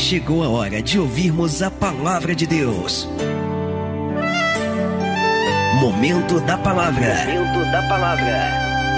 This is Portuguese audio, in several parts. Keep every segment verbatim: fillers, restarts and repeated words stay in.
chegou a hora de ouvirmos a palavra de Deus. Momento da palavra. Momento da palavra.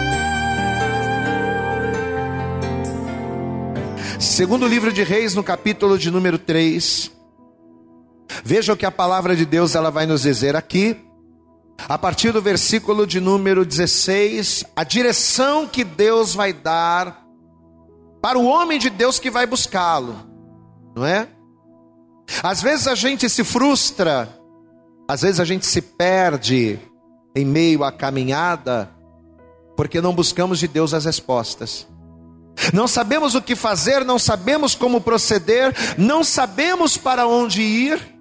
Segundo livro de Reis, no capítulo de número três. Veja o que a palavra de Deus ela vai nos dizer aqui. A partir do versículo de número dezesseis, a direção que Deus vai dar para o homem de Deus que vai buscá-lo, não é? Às vezes a gente se frustra, às vezes a gente se perde em meio à caminhada, porque não buscamos de Deus as respostas. Não sabemos o que fazer, não sabemos como proceder, não sabemos para onde ir,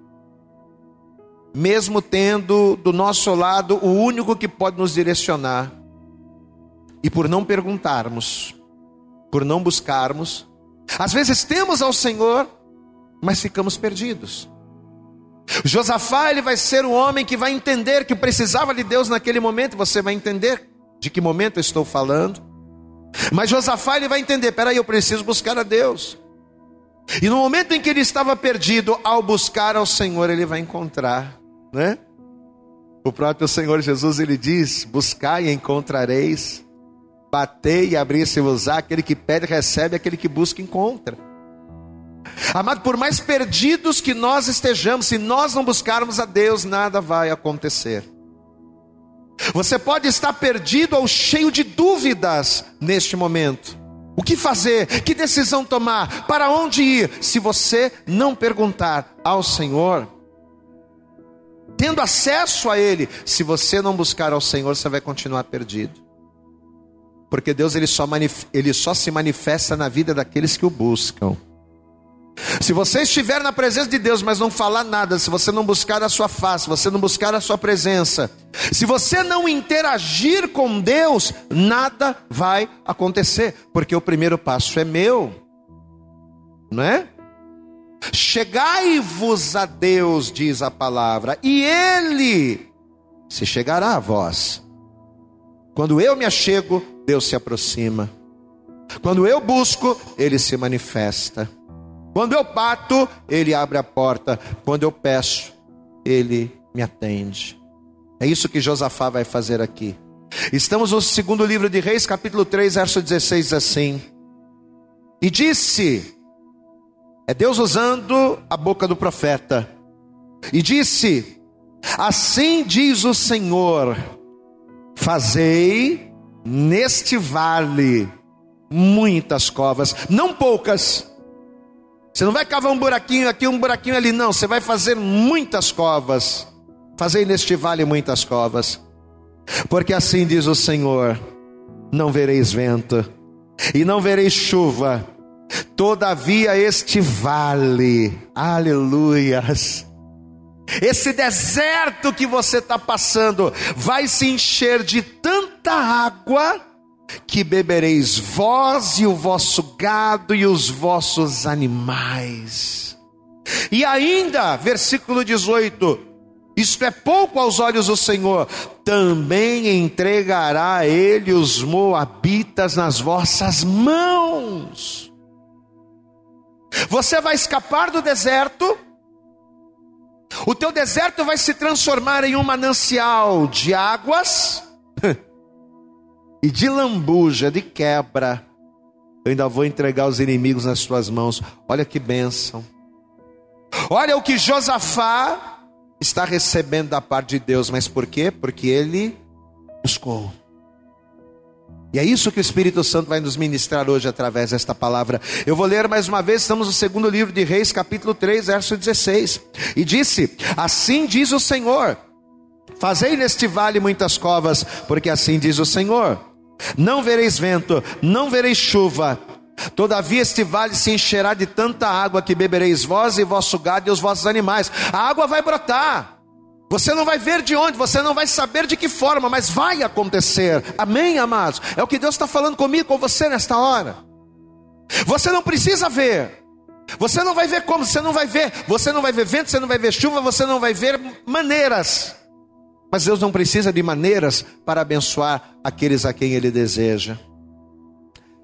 mesmo tendo do nosso lado o único que pode nos direcionar. E por não perguntarmos, por não buscarmos, às vezes temos ao Senhor, mas ficamos perdidos. Josafá, ele vai ser o homem que vai entender que precisava de Deus naquele momento. Você vai entender de que momento eu estou falando. Mas Josafá, ele vai entender, peraí, eu preciso buscar a Deus. E no momento em que ele estava perdido, ao buscar ao Senhor, ele vai encontrar, né? O próprio Senhor Jesus, ele diz: buscai e encontrareis, batei e abrir-se-vos-á. Aquele que pede recebe, aquele que busca encontra. Amado, por mais perdidos que nós estejamos, se nós não buscarmos a Deus, nada vai acontecer. Você pode estar perdido ou cheio de dúvidas neste momento. O que fazer? Que decisão tomar? Para onde ir? Se você não perguntar ao Senhor, tendo acesso a Ele, se você não buscar ao Senhor, você vai continuar perdido. Porque Deus ele só, manif- ele só se manifesta na vida daqueles que o buscam. Se você estiver na presença de Deus, mas não falar nada, se você não buscar a sua face, se você não buscar a sua presença, se você não interagir com Deus, nada vai acontecer, porque o primeiro passo é meu, não é? Chegai-vos a Deus, diz a palavra, e Ele se chegará a vós. Quando eu me achego, Deus se aproxima. Quando eu busco, Ele se manifesta. Quando eu bato, Ele abre a porta. Quando eu peço, Ele me atende. É isso que Josafá vai fazer aqui. Estamos no segundo livro de Reis, capítulo três, verso dezesseis, diz assim: e disse, é Deus usando a boca do profeta, e disse, assim diz o Senhor, fazei neste vale muitas covas, não poucas. Você não vai cavar um buraquinho aqui, um buraquinho ali, não. Você vai fazer muitas covas. Fazei neste vale muitas covas. Porque assim diz o Senhor, não vereis vento, e não vereis chuva. Todavia este vale, aleluias, esse deserto que você está passando, vai se encher de tanta água, que bebereis vós e o vosso gado e os vossos animais. E ainda, versículo dezoito, isto é pouco aos olhos do Senhor, também entregará Ele os moabitas nas vossas mãos. Você vai escapar do deserto, o teu deserto vai se transformar em um manancial de águas, e de lambuja, de quebra. Eu ainda vou entregar os inimigos nas suas mãos. Olha que bênção. Olha o que Josafá está recebendo da parte de Deus. Mas por quê? Porque ele buscou. E é isso que o Espírito Santo vai nos ministrar hoje através desta palavra. Eu vou ler mais uma vez. Estamos no segundo livro de Reis, capítulo três, verso dezesseis. E disse, assim diz o Senhor, fazei neste vale muitas covas, porque assim diz o Senhor, não vereis vento, não vereis chuva, todavia este vale se encherá de tanta água, que bebereis vós e vosso gado e os vossos animais. A água vai brotar, você não vai ver de onde, você não vai saber de que forma, mas vai acontecer. Amém, amados? É o que Deus está falando comigo, com você nesta hora. Você não precisa ver, você não vai ver como, você não vai ver, você não vai ver vento, você não vai ver chuva, você não vai ver maneiras. Mas Deus não precisa de maneiras para abençoar aqueles a quem Ele deseja.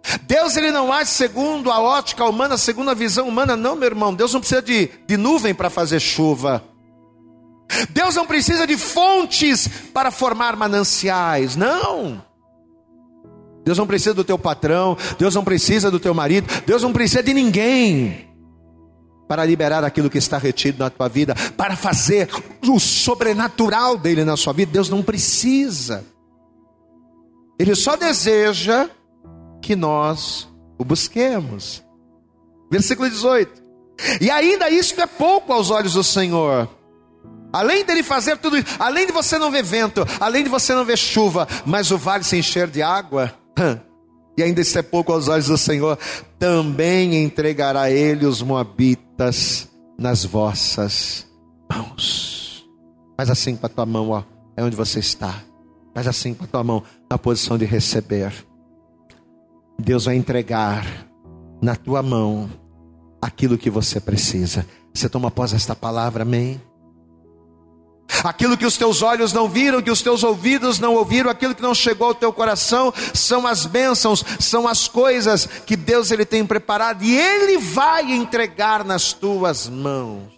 Deus ele não age segundo a ótica humana, segundo a visão humana, não, meu irmão. Deus não precisa de, de nuvem para fazer chuva. Deus não precisa de fontes para formar mananciais, não. Deus não precisa do teu patrão, Deus não precisa do teu marido, Deus não precisa de ninguém para liberar aquilo que está retido na tua vida, para fazer o sobrenatural dele na sua vida. Deus não precisa. Ele só deseja que nós o busquemos. Versículo dezoito. E ainda isso é pouco aos olhos do Senhor. Além dele fazer tudo isso, além de você não ver vento, além de você não ver chuva, mas o vale se encher de água, e ainda isso é pouco aos olhos do Senhor, também entregará ele os moabitas nas vossas mãos. Faz assim com a tua mão, ó, é onde você está. Faz assim com a tua mão, na posição de receber. Deus vai entregar na tua mão aquilo que você precisa. Você toma posse desta palavra, amém? Aquilo que os teus olhos não viram, que os teus ouvidos não ouviram, aquilo que não chegou ao teu coração, são as bênçãos, são as coisas que Deus ele tem preparado, e Ele vai entregar nas tuas mãos.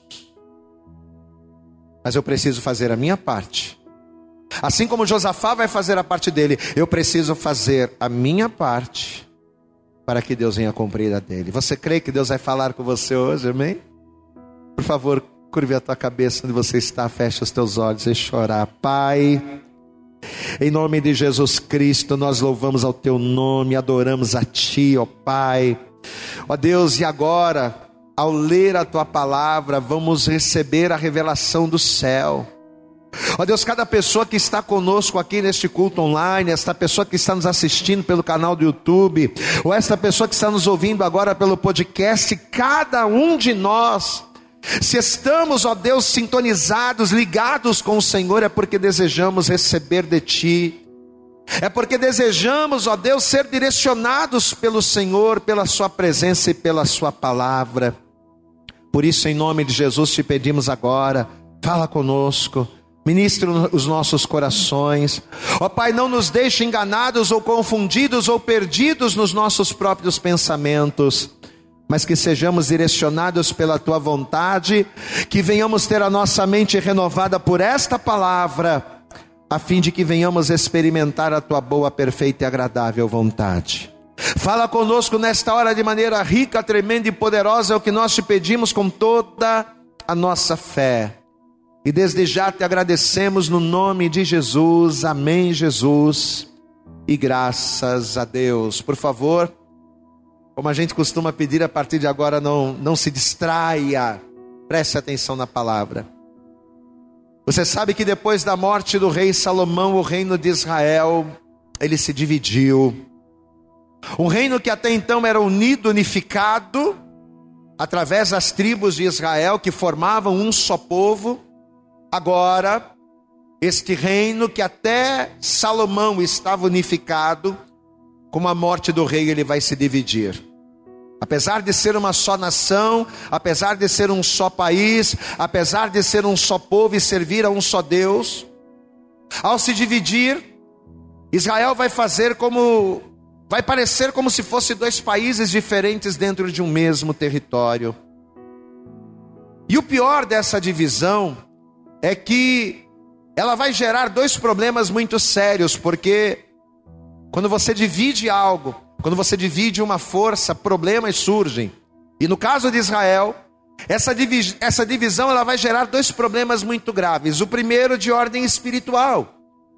Mas eu preciso fazer a minha parte. Assim como Josafá vai fazer a parte dele, eu preciso fazer a minha parte, para que Deus venha cumprir a dele. Você crê que Deus vai falar com você hoje, amém? Por favor, curve a tua cabeça onde você está, feche os teus olhos e chorar. Pai, em nome de Jesus Cristo, nós louvamos ao teu nome, adoramos a ti, ó Pai. Ó Deus, e agora, ao ler a tua palavra, vamos receber a revelação do céu. Ó Deus, cada pessoa que está conosco aqui neste culto online, esta pessoa que está nos assistindo pelo canal do YouTube, ou esta pessoa que está nos ouvindo agora pelo podcast, cada um de nós, se estamos, ó Deus, sintonizados, ligados com o Senhor, é porque desejamos receber de Ti, é porque desejamos, ó Deus, ser direcionados pelo Senhor, pela Sua presença e pela Sua palavra. Por isso, em nome de Jesus, te pedimos agora, fala conosco, ministra os nossos corações. Ó Pai, não nos deixe enganados ou confundidos ou perdidos nos nossos próprios pensamentos, mas que sejamos direcionados pela Tua vontade, que venhamos ter a nossa mente renovada por esta palavra, a fim de que venhamos experimentar a Tua boa, perfeita e agradável vontade. Fala conosco nesta hora de maneira rica, tremenda e poderosa, é o que nós te pedimos com toda a nossa fé. E desde já te agradecemos no nome de Jesus, amém, Jesus, e graças a Deus. Por favor, como a gente costuma pedir a partir de agora, não, não se distraia, preste atenção na palavra. Você sabe que depois da morte do rei Salomão, o reino de Israel, ele se dividiu. Um reino que até então era unido, unificado, através das tribos de Israel, que formavam um só povo. Agora, este reino que até Salomão estava unificado, com a morte do rei ele vai se dividir. Apesar de ser uma só nação, apesar de ser um só país, apesar de ser um só povo e servir a um só Deus, ao se dividir, Israel vai fazer como, vai parecer como se fosse dois países diferentes dentro de um mesmo território. E o pior dessa divisão é que ela vai gerar dois problemas muito sérios, porque quando você divide algo, quando você divide uma força, problemas surgem. E no caso de Israel, essa, divi- essa divisão ela vai gerar dois problemas muito graves. O primeiro de ordem espiritual,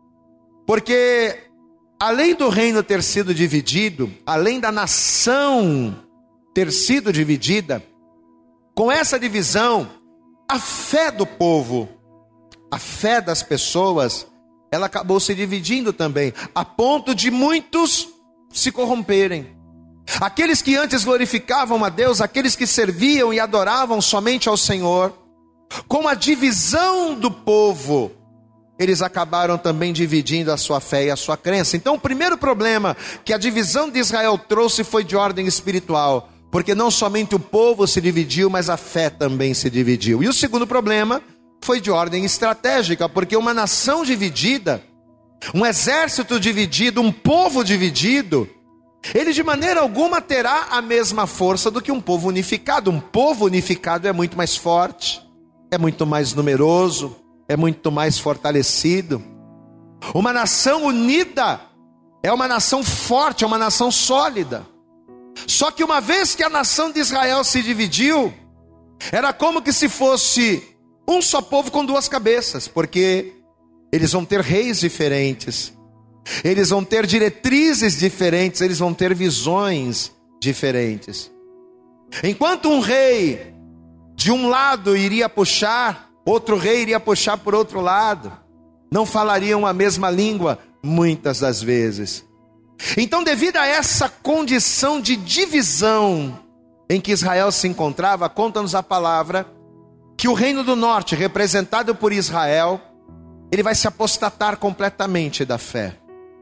porque além do reino ter sido dividido, além da nação ter sido dividida, com essa divisão, a fé do povo, a fé das pessoas, ela acabou se dividindo também, a ponto de muitos se corromperem. Aqueles que antes glorificavam a Deus, aqueles que serviam e adoravam somente ao Senhor, com a divisão do povo, eles acabaram também dividindo a sua fé e a sua crença. Então o primeiro problema que a divisão de Israel trouxe foi de ordem espiritual, porque não somente o povo se dividiu, mas a fé também se dividiu. E o segundo problema foi de ordem estratégica, porque uma nação dividida, um exército dividido, um povo dividido, ele de maneira alguma terá a mesma força do que um povo unificado. Um povo unificado é muito mais forte, é muito mais numeroso, é muito mais fortalecido. Uma nação unida é uma nação forte, é uma nação sólida. Só que uma vez que a nação de Israel se dividiu, era como que se fosse um só povo com duas cabeças, porque eles vão ter reis diferentes, eles vão ter diretrizes diferentes, eles vão ter visões diferentes. Enquanto um rei de um lado iria puxar, outro rei iria puxar por outro lado, não falariam a mesma língua muitas das vezes. Então, devido a essa condição de divisão em que Israel se encontrava, conta-nos a palavra que o reino do norte, representado por Israel, ele vai se apostatar completamente da fé.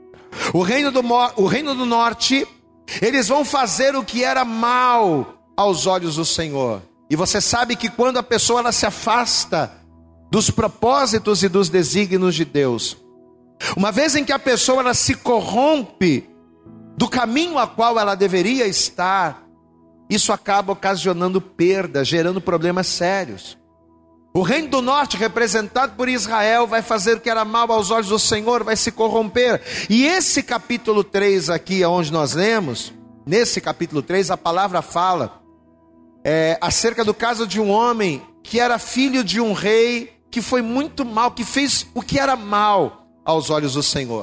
O reino do, o reino do norte, eles vão fazer o que era mal aos olhos do Senhor. E você sabe que quando a pessoa ela se afasta dos propósitos e dos desígnios de Deus, uma vez em que a pessoa ela se corrompe do caminho a qual ela deveria estar, isso acaba ocasionando perda, gerando problemas sérios. O reino do norte, representado por Israel, vai fazer o que era mal aos olhos do Senhor, vai se corromper. E esse capítulo três aqui, onde nós lemos, nesse capítulo três, a palavra fala é, acerca do caso de um homem que era filho de um rei que foi muito mal, que fez o que era mal aos olhos do Senhor.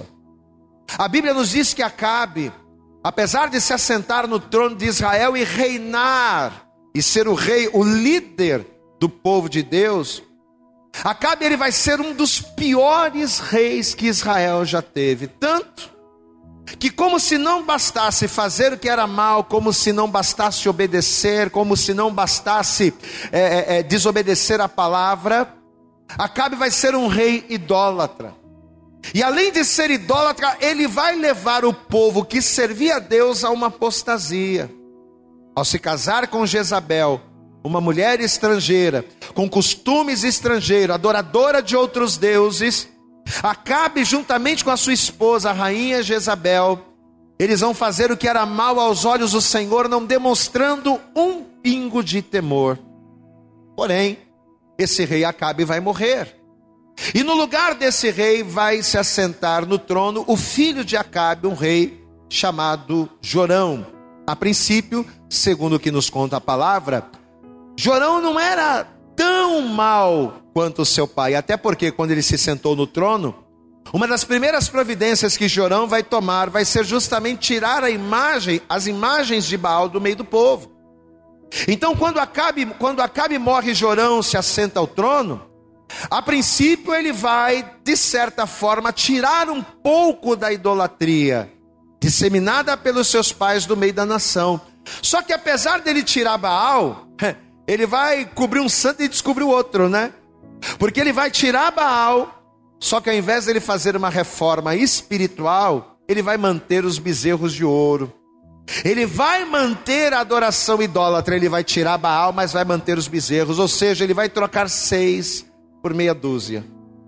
A Bíblia nos diz que Acabe, apesar de se assentar no trono de Israel e reinar, e ser o rei, o líder do povo de Deus, Acabe ele vai ser um dos piores reis que Israel já teve. Tanto que, como se não bastasse fazer o que era mal, como se não bastasse obedecer, como se não bastasse é, é, é, desobedecer a palavra, Acabe vai ser um rei idólatra. E além de ser idólatra, ele vai levar o povo que servia a Deus a uma apostasia. Ao se casar com Jezabel, uma mulher estrangeira, com costumes estrangeiros, adoradora de outros deuses, Acabe, juntamente com a sua esposa, a rainha Jezabel, eles vão fazer o que era mal aos olhos do Senhor, não demonstrando um pingo de temor. Porém, esse rei Acabe vai morrer. E no lugar desse rei vai se assentar no trono o filho de Acabe, um rei chamado Jorão. A princípio, segundo o que nos conta a palavra, Jorão não era tão mal quanto seu pai, até porque quando ele se sentou no trono, uma das primeiras providências que Jorão vai tomar vai ser justamente tirar a imagem, as imagens de Baal do meio do povo. Então quando Acabe, quando Acabe morre, Jorão se assenta ao trono, a princípio ele vai, de certa forma, tirar um pouco da idolatria disseminada pelos seus pais do meio da nação. Só que apesar dele tirar Baal, ele vai cobrir um santo e descobrir o outro, né? Porque ele vai tirar Baal, só que ao invés de ele fazer uma reforma espiritual, ele vai manter os bezerros de ouro. Ele vai manter a adoração idólatra, ele vai tirar Baal, mas vai manter os bezerros. Ou seja, ele vai trocar seis por meia dúzia.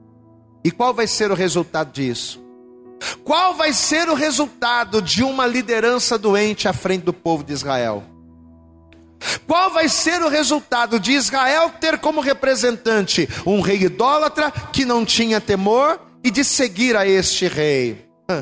E qual vai ser o resultado disso? Qual vai ser o resultado de uma liderança doente à frente do povo de Israel? Qual vai ser o resultado de Israel ter como representante um rei idólatra que não tinha temor e de seguir a este rei?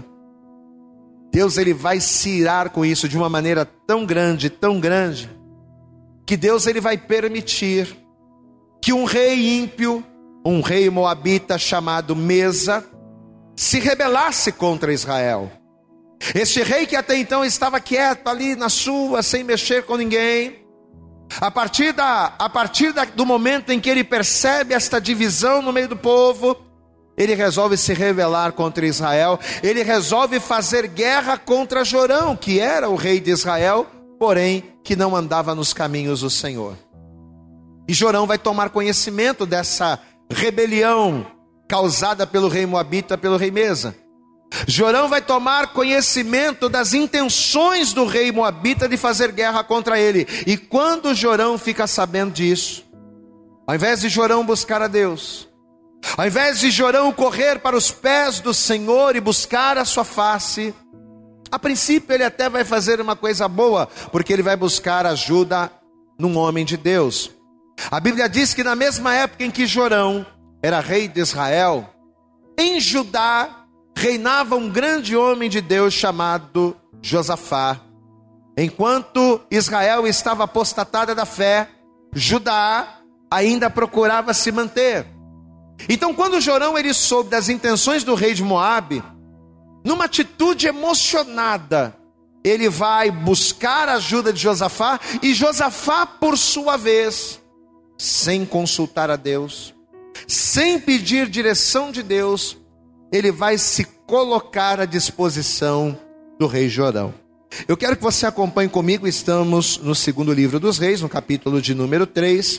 Deus ele vai se irar com isso de uma maneira tão grande, tão grande, que Deus ele vai permitir que um rei ímpio, um rei moabita chamado Mesa, se rebelasse contra Israel. Este rei que até então estava quieto ali na sua, sem mexer com ninguém, a partir, da, a partir da, do momento em que ele percebe esta divisão no meio do povo, ele resolve se rebelar contra Israel, ele resolve fazer guerra contra Jorão, que era o rei de Israel, porém que não andava nos caminhos do Senhor. E Jorão vai tomar conhecimento dessa rebelião causada pelo rei moabita, pelo rei Mesa. Jorão vai tomar conhecimento das intenções do rei moabita de fazer guerra contra ele. E quando Jorão fica sabendo disso, ao invés de Jorão buscar a Deus, ao invés de Jorão correr para os pés do Senhor e buscar a sua face, A princípio ele até vai fazer uma coisa boa, porque ele vai buscar ajuda num homem de Deus. A Bíblia diz que na mesma época em que Jorão era rei de Israel, em Judá reinava um grande homem de Deus chamado Josafá. Enquanto Israel estava apostatada da fé, Judá ainda procurava se manter. Então quando Jorão ele soube das intenções do rei de Moabe, numa atitude emocionada, ele vai buscar a ajuda de Josafá, e Josafá, por sua vez, sem consultar a Deus, sem pedir direção de Deus, ele vai se colocar à disposição do rei Jorão. Eu quero que você acompanhe comigo, estamos no segundo livro dos reis, no capítulo de número três,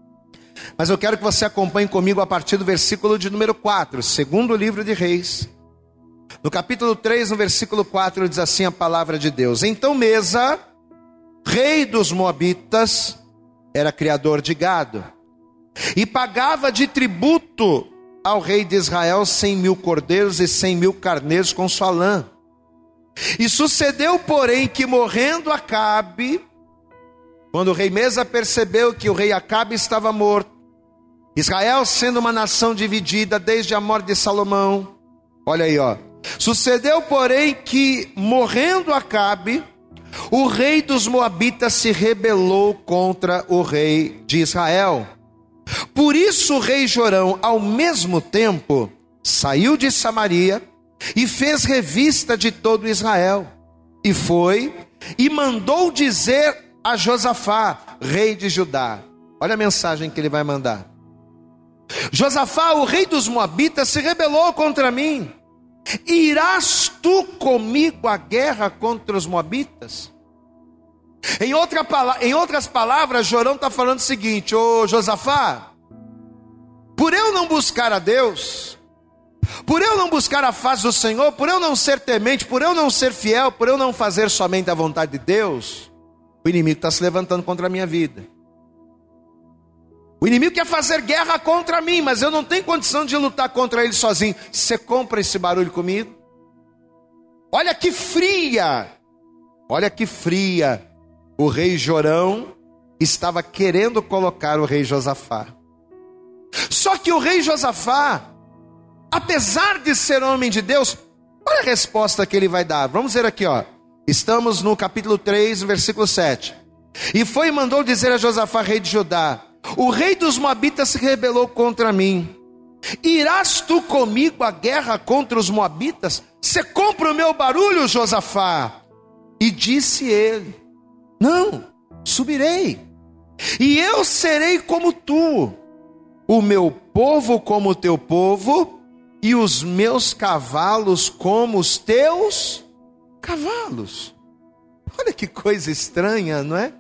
mas eu quero que você acompanhe comigo a partir do versículo de número quatro, segundo livro de reis. No capítulo três, no versículo quatro, diz assim a palavra de Deus: Então Mesa, rei dos Moabitas, era criador de gado, e pagava de tributo ao rei de Israel cem mil cordeiros e cem mil carneiros com sua lã. E sucedeu, porém, que morrendo Acabe, quando o rei Mesa percebeu que o rei Acabe estava morto, Israel sendo uma nação dividida desde a morte de Salomão, olha aí, ó. Sucedeu, porém, que morrendo Acabe, o rei dos Moabitas se rebelou contra o rei de Israel. Por isso o rei Jorão, ao mesmo tempo, saiu de Samaria e fez revista de todo Israel. E foi e mandou dizer a Josafá, rei de Judá. Olha a mensagem que ele vai mandar. Josafá, o rei dos Moabitas, se rebelou contra mim. Irás tu comigo à guerra contra os Moabitas? Em, outra, em outras palavras, Jorão está falando o seguinte: ô Josafá, por eu não buscar a Deus, por eu não buscar a face do Senhor, por eu não ser temente, por eu não ser fiel, por eu não fazer somente a vontade de Deus, o inimigo está se levantando contra a minha vida. O inimigo quer fazer guerra contra mim, mas eu não tenho condição de lutar contra ele sozinho. Você compra esse barulho comigo? Olha que fria, olha que fria. O rei Jorão estava querendo colocar o rei Josafá. Só que o rei Josafá, apesar de ser homem de Deus, olha a resposta que ele vai dar. Vamos ver aqui, ó. Estamos no capítulo três, versículo sete. E foi e mandou dizer a Josafá, rei de Judá: o rei dos Moabitas se rebelou contra mim. Irás tu comigo à guerra contra os Moabitas? Você compra o meu barulho, Josafá? E disse ele: não, subirei, e eu serei como tu, o meu povo como o teu povo, e os meus cavalos como os teus cavalos. Olha que coisa estranha, não é?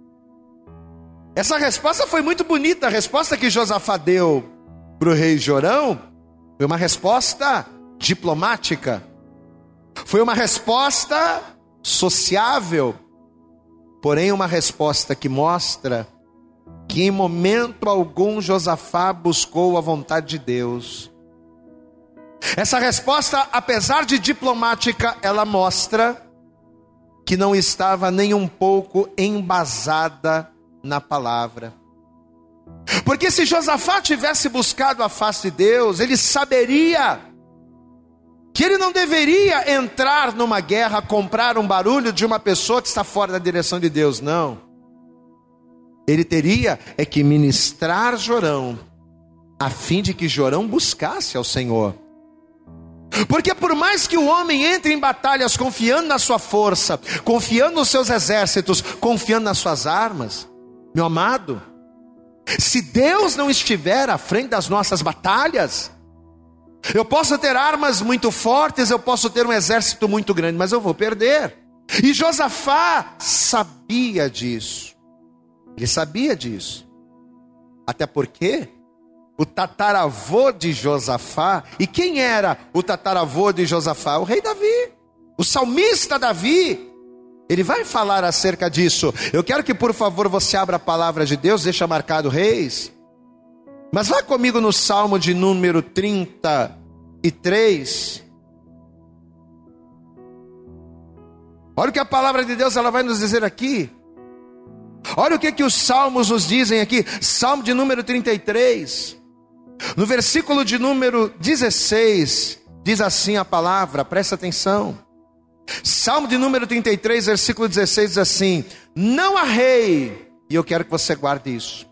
Essa resposta foi muito bonita. A resposta que Josafá deu para o rei Jorão foi uma resposta diplomática, foi uma resposta sociável, porém uma resposta que mostra que em momento algum Josafá buscou a vontade de Deus. Essa resposta, apesar de diplomática, ela mostra que não estava nem um pouco embasada na palavra. Porque se Josafá tivesse buscado a face de Deus, ele saberia que ele não deveria entrar numa guerra, comprar um barulho de uma pessoa que está fora da direção de Deus, não. Ele teria é que ministrar Jorão, a fim de que Jorão buscasse ao Senhor. Porque por mais que o homem entre em batalhas confiando na sua força, confiando nos seus exércitos, confiando nas suas armas, meu amado, se Deus não estiver à frente das nossas batalhas, eu posso ter armas muito fortes, eu posso ter um exército muito grande, mas eu vou perder. E Josafá sabia disso. Ele sabia disso. Até porque o tataravô de Josafá, e quem era o tataravô de Josafá? O rei Davi, o salmista Davi. Ele vai falar acerca disso. Eu quero que por favor você abra a palavra de Deus, deixa marcado Reis. Mas vá comigo no Salmo de número trinta e três. Olha o que a palavra de Deus ela vai nos dizer aqui. Olha o que, que os salmos nos dizem aqui. Salmo de número trinta e três, no versículo de número dezesseis, diz assim a palavra, presta atenção. Salmo de número trinta e três, versículo dezesseis diz assim: não há rei, e eu quero que você guarde isso,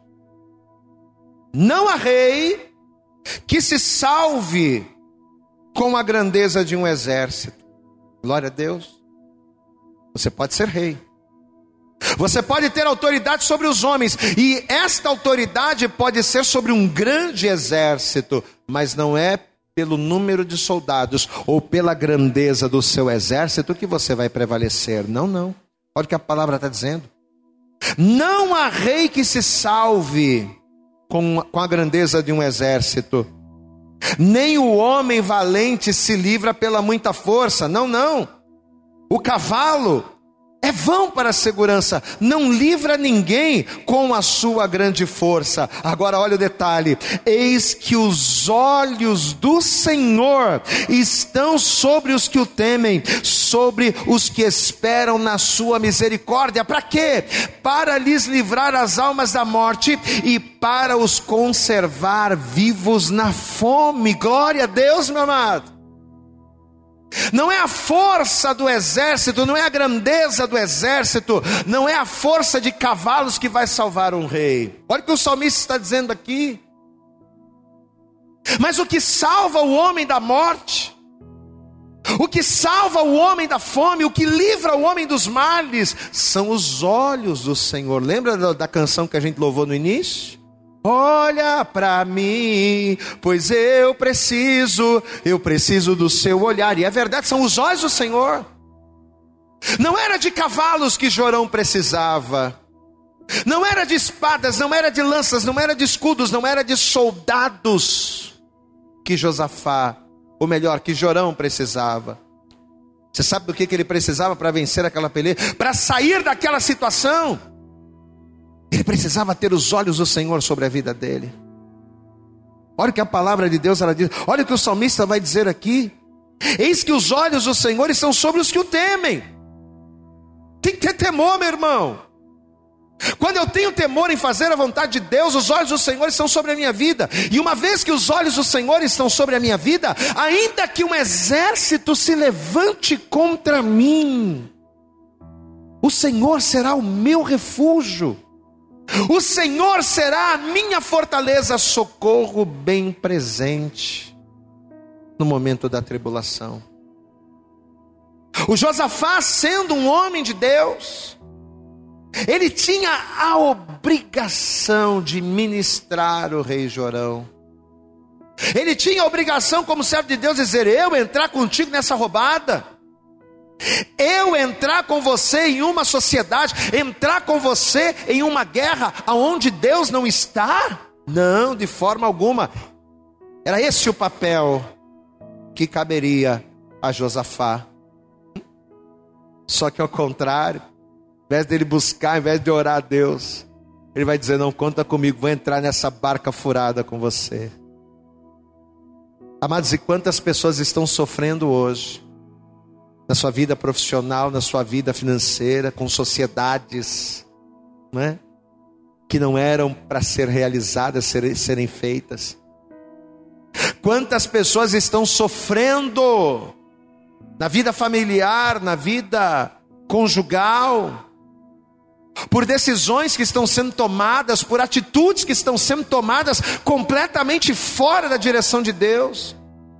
não há rei que se salve com a grandeza de um exército. Glória a Deus. Você pode ser rei, você pode ter autoridade sobre os homens, e esta autoridade pode ser sobre um grande exército, mas não é pelo número de soldados ou pela grandeza do seu exército que você vai prevalecer. Não, não. Olha o que a palavra está dizendo. Não há rei que se salve com, com a grandeza de um exército, nem o homem valente se livra pela muita força. Não, não. O cavalo é vão para a segurança, não livra ninguém com a sua grande força. Agora olha o detalhe: eis que os olhos do Senhor estão sobre os que o temem, sobre os que esperam na sua misericórdia. Para quê? Para lhes livrar as almas da morte e para os conservar vivos na fome. Glória a Deus, meu amado. Não é a força do exército, não é a grandeza do exército, não é a força de cavalos que vai salvar um rei. Olha o que o salmista está dizendo aqui. Mas o que salva o homem da morte, o que salva o homem da fome, o que livra o homem dos males, são os olhos do Senhor. Lembra da, da canção que a gente louvou no início? Olha para mim, pois eu preciso, eu preciso do seu olhar. E é verdade, são os olhos do Senhor. Não era de cavalos que Jorão precisava, não era de espadas, não era de lanças, não era de escudos, não era de soldados que Josafá, ou melhor, que Jorão precisava. Você sabe do que, que ele precisava para vencer aquela peleja? Para sair daquela situação? Ele precisava ter os olhos do Senhor sobre a vida dele. Olha o que a palavra de Deus ela diz. Olha o que o salmista vai dizer aqui. Eis que os olhos do Senhor estão sobre os que o temem. Tem que ter temor, meu irmão. Quando eu tenho temor em fazer a vontade de Deus, os olhos do Senhor estão sobre a minha vida. E uma vez que os olhos do Senhor estão sobre a minha vida, ainda que um exército se levante contra mim, o Senhor será o meu refúgio. O Senhor será a minha fortaleza, socorro bem presente no momento da tribulação. O Josafá, sendo um homem de Deus, ele tinha a obrigação de ministrar o rei Jorão. Ele tinha a obrigação, como servo de Deus, de dizer: eu entrar contigo nessa roubada, eu entrar com você em uma sociedade, entrar com você em uma guerra aonde Deus não está? Não, de forma alguma. Era esse o papel que caberia a Josafá. Só que ao contrário, ao invés dele buscar, ao invés de orar a Deus, ele vai dizer: não, conta comigo, vou entrar nessa barca furada com você. Amados, e quantas pessoas estão sofrendo hoje, na sua vida profissional, na sua vida financeira, com sociedades, não é? Que não eram para ser realizadas, ser, serem feitas. Quantas pessoas estão sofrendo na vida familiar, na vida conjugal, por decisões que estão sendo tomadas, por atitudes que estão sendo tomadas completamente fora da direção de Deus.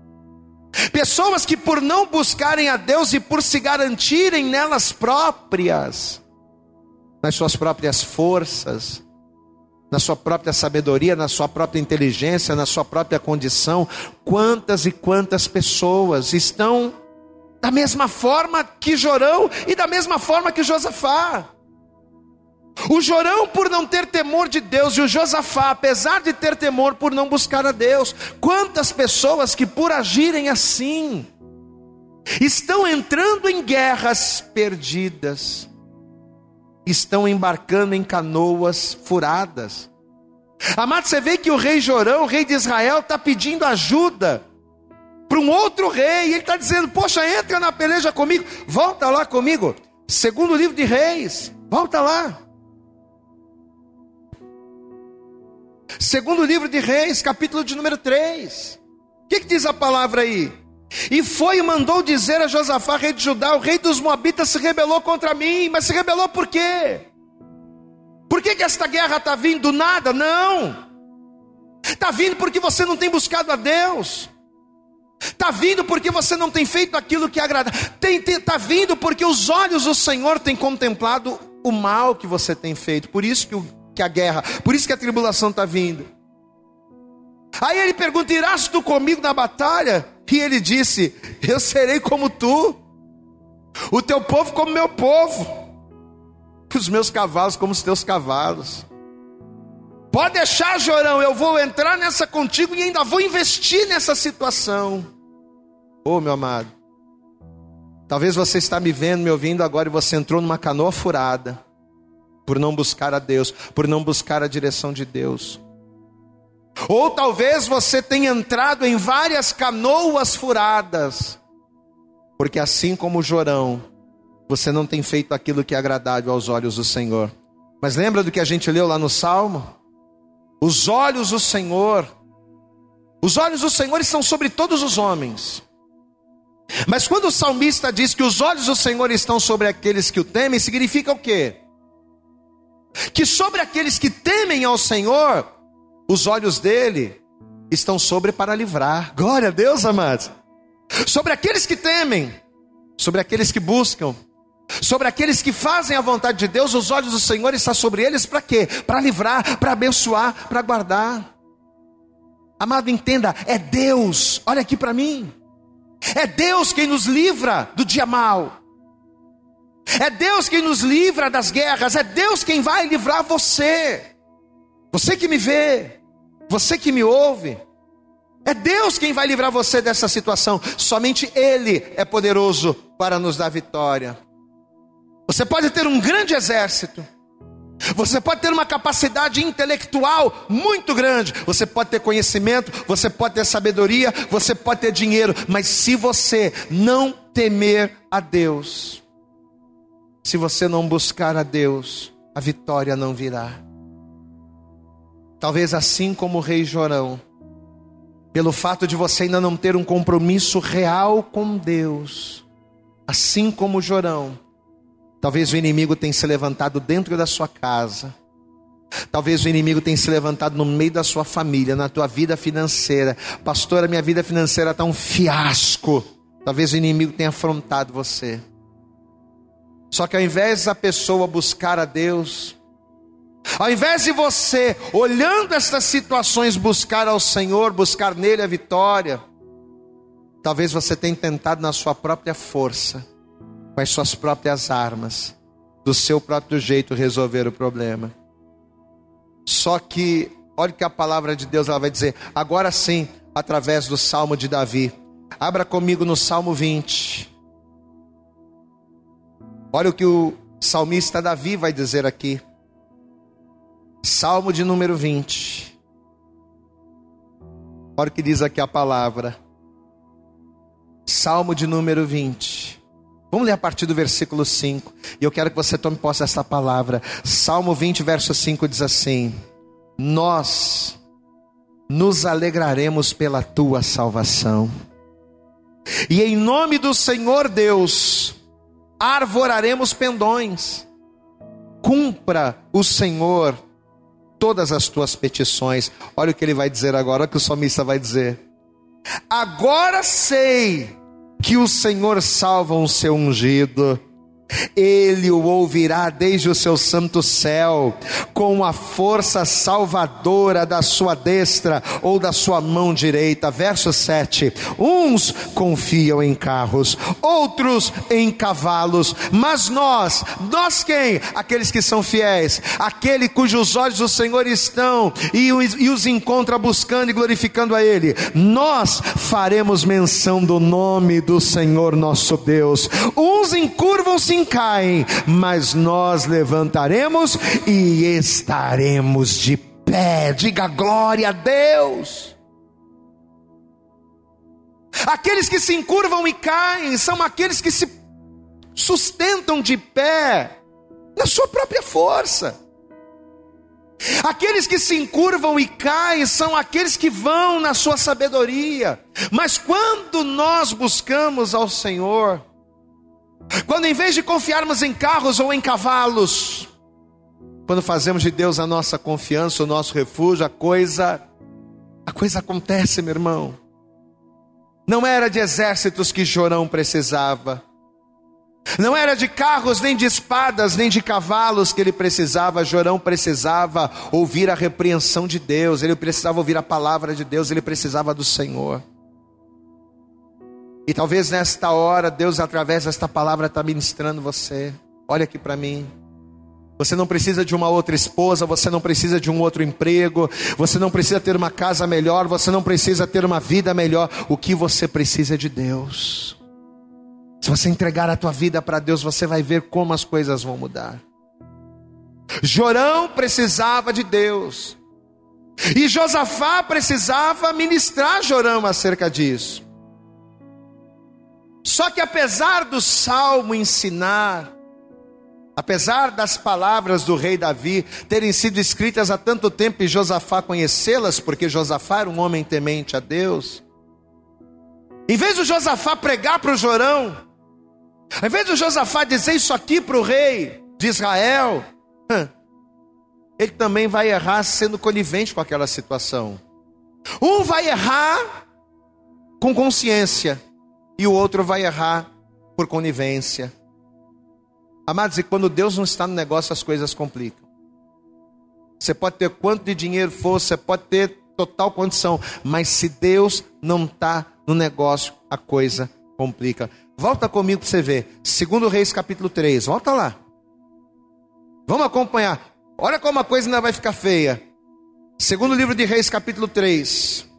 Pessoas que, por não buscarem a Deus e por se garantirem nelas próprias, nas suas próprias forças, na sua própria sabedoria, na sua própria inteligência, na sua própria condição, quantas e quantas pessoas estão da mesma forma que Jorão e da mesma forma que Josafá. O Jorão por não ter temor de Deus, e o Josafá, apesar de ter temor, por não buscar a Deus. Quantas pessoas que por agirem assim, estão entrando em guerras perdidas, estão embarcando em canoas furadas. Amado, você vê que o rei Jorão, o rei de Israel, está pedindo ajuda para um outro rei, e ele está dizendo: poxa, entra na peleja comigo, volta lá comigo. Segundo livro de Reis, volta lá. Segundo livro de Reis, capítulo de número três. O que, que diz a palavra aí? E foi e mandou dizer a Josafá, rei de Judá: o rei dos Moabitas se rebelou contra mim. Mas se rebelou por quê? Por que, que esta guerra está vindo do nada? Não. Está vindo porque você não tem buscado a Deus. Está vindo porque você não tem feito aquilo que agrada. Está vindo porque os olhos do Senhor têm contemplado o mal que você tem feito. Por isso que, o, que a guerra, por isso que a tribulação está vindo. Aí ele pergunta: irás tu comigo na batalha? E ele disse: eu serei como tu, o teu povo como meu povo, os meus cavalos como os teus cavalos. Pode deixar, Jorão, eu vou entrar nessa contigo e ainda vou investir nessa situação. Oh, meu amado, talvez você está me vendo, me ouvindo agora, e você entrou numa canoa furada, por não buscar a Deus, por não buscar a direção de Deus. Ou talvez você tenha entrado em várias canoas furadas, porque assim como Jorão, você não tem feito aquilo que é agradável aos olhos do Senhor. Mas lembra do que a gente leu lá no Salmo? Os olhos do Senhor, os olhos do Senhor estão sobre todos os homens. Mas quando o salmista diz que os olhos do Senhor estão sobre aqueles que o temem, significa o quê? Que sobre aqueles que temem ao Senhor, os olhos dele estão sobre para livrar. Glória a Deus, amados. Sobre aqueles que temem, sobre aqueles que buscam, sobre aqueles que fazem a vontade de Deus, os olhos do Senhor estão sobre eles para quê? Para livrar, para abençoar, para guardar. Amado, entenda, é Deus, olha aqui para mim, é Deus quem nos livra do dia mau, é Deus quem nos livra das guerras, é Deus quem vai livrar você, você que me vê, você que me ouve, é Deus quem vai livrar você dessa situação. Somente Ele é poderoso para nos dar vitória. Você pode ter um grande exército, você pode ter uma capacidade intelectual muito grande, você pode ter conhecimento, você pode ter sabedoria, você pode ter dinheiro, mas se você não temer a Deus, se você não buscar a Deus, a vitória não virá. Talvez assim como o rei Jorão, pelo fato de você ainda não ter um compromisso real com Deus, assim como Jorão, talvez o inimigo tenha se levantado dentro da sua casa. Talvez o inimigo tenha se levantado no meio da sua família, na tua vida financeira. Pastor, a minha vida financeira está um fiasco. Talvez o inimigo tenha afrontado você. Só que ao invés da pessoa buscar a Deus, ao invés de você, olhando estas situações, buscar ao Senhor, buscar nele a vitória, talvez você tenha tentado na sua própria força, com as suas próprias armas, do seu próprio jeito resolver o problema. Só que, olha o que a palavra de Deus ela vai dizer, agora sim, através do Salmo de Davi. Abra comigo no Salmo vinte. Olha o que o salmista Davi vai dizer aqui. Salmo de número vinte. Olha o que diz aqui a palavra. Salmo de número vinte. Vamos ler a partir do versículo cinco. E eu quero que você tome posse dessa palavra. Salmo vinte, verso cinco diz assim: nós nos alegraremos pela tua salvação, e em nome do Senhor Deus arvoraremos pendões. Cumpra o Senhor todas as tuas petições. Olha o que ele vai dizer agora, olha o que o salmista vai dizer. Agora sei que o Senhor salva o seu ungido. Ele o ouvirá desde o seu santo céu, com a força salvadora da sua destra ou da sua mão direita. Verso sete. Uns confiam em carros, outros em cavalos, mas nós, nós quem? Aqueles que são fiéis, aquele cujos olhos do Senhor estão e os, e os encontra buscando e glorificando a Ele. Nós faremos menção do nome do Senhor nosso Deus. Uns encurvam-se, caem, mas nós levantaremos e estaremos de pé. Diga glória a Deus. Aqueles que se encurvam e caem são aqueles que se sustentam de pé na sua própria força. Aqueles que se encurvam e caem são aqueles que vão na sua sabedoria. Mas quando nós buscamos ao Senhor, quando em vez de confiarmos em carros ou em cavalos, quando fazemos de Deus a nossa confiança, o nosso refúgio, a coisa, a coisa acontece, meu irmão. Não era de exércitos que Jorão precisava. Não era de carros, nem de espadas, nem de cavalos que ele precisava. Jorão precisava ouvir a repreensão de Deus. Ele precisava ouvir a palavra de Deus. Ele precisava do Senhor. E talvez nesta hora, Deus através desta palavra está ministrando você. Olha aqui para mim. Você não precisa de uma outra esposa, você não precisa de um outro emprego, você não precisa ter uma casa melhor, você não precisa ter uma vida melhor. O que você precisa é de Deus. Se você entregar a tua vida para Deus, você vai ver como as coisas vão mudar. Jorão precisava de Deus. E Josafá precisava ministrar Jorão acerca disso. Só que apesar do salmo ensinar, apesar das palavras do rei Davi terem sido escritas há tanto tempo e Josafá conhecê-las, porque Josafá era um homem temente a Deus, em vez do Josafá pregar para o Jorão, ao invés do Josafá dizer isso aqui para o rei de Israel, ele também vai errar sendo conivente com aquela situação. Um vai errar com consciência e o outro vai errar por conivência. Amados, e quando Deus não está no negócio, as coisas complicam. Você pode ter quanto de dinheiro for, você pode ter total condição, mas se Deus não está no negócio, a coisa complica. Volta comigo para você ver. Segundo Reis capítulo três, volta lá. Vamos acompanhar. Olha como a coisa ainda vai ficar feia. Segundo livro de Reis capítulo três.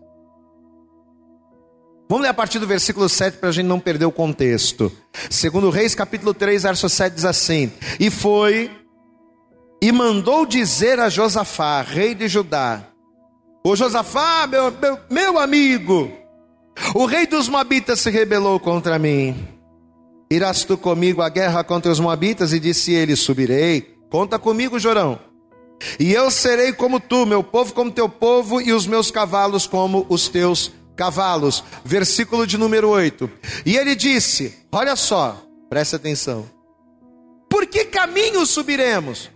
Vamos ler a partir do versículo sete para a gente não perder o contexto. Segundo Reis capítulo três, verso sete diz assim: E foi, e mandou dizer a Josafá, rei de Judá: Ô Josafá, meu, meu, meu amigo, o rei dos Moabitas se rebelou contra mim. Irás tu comigo à guerra contra os Moabitas? E disse ele: Subirei. Conta comigo, Jorão. E eu serei como tu, meu povo como teu povo, e os meus cavalos como os teus cavalos. Versículo de número oito. E ele disse, olha só, presta atenção: por que caminho subiremos?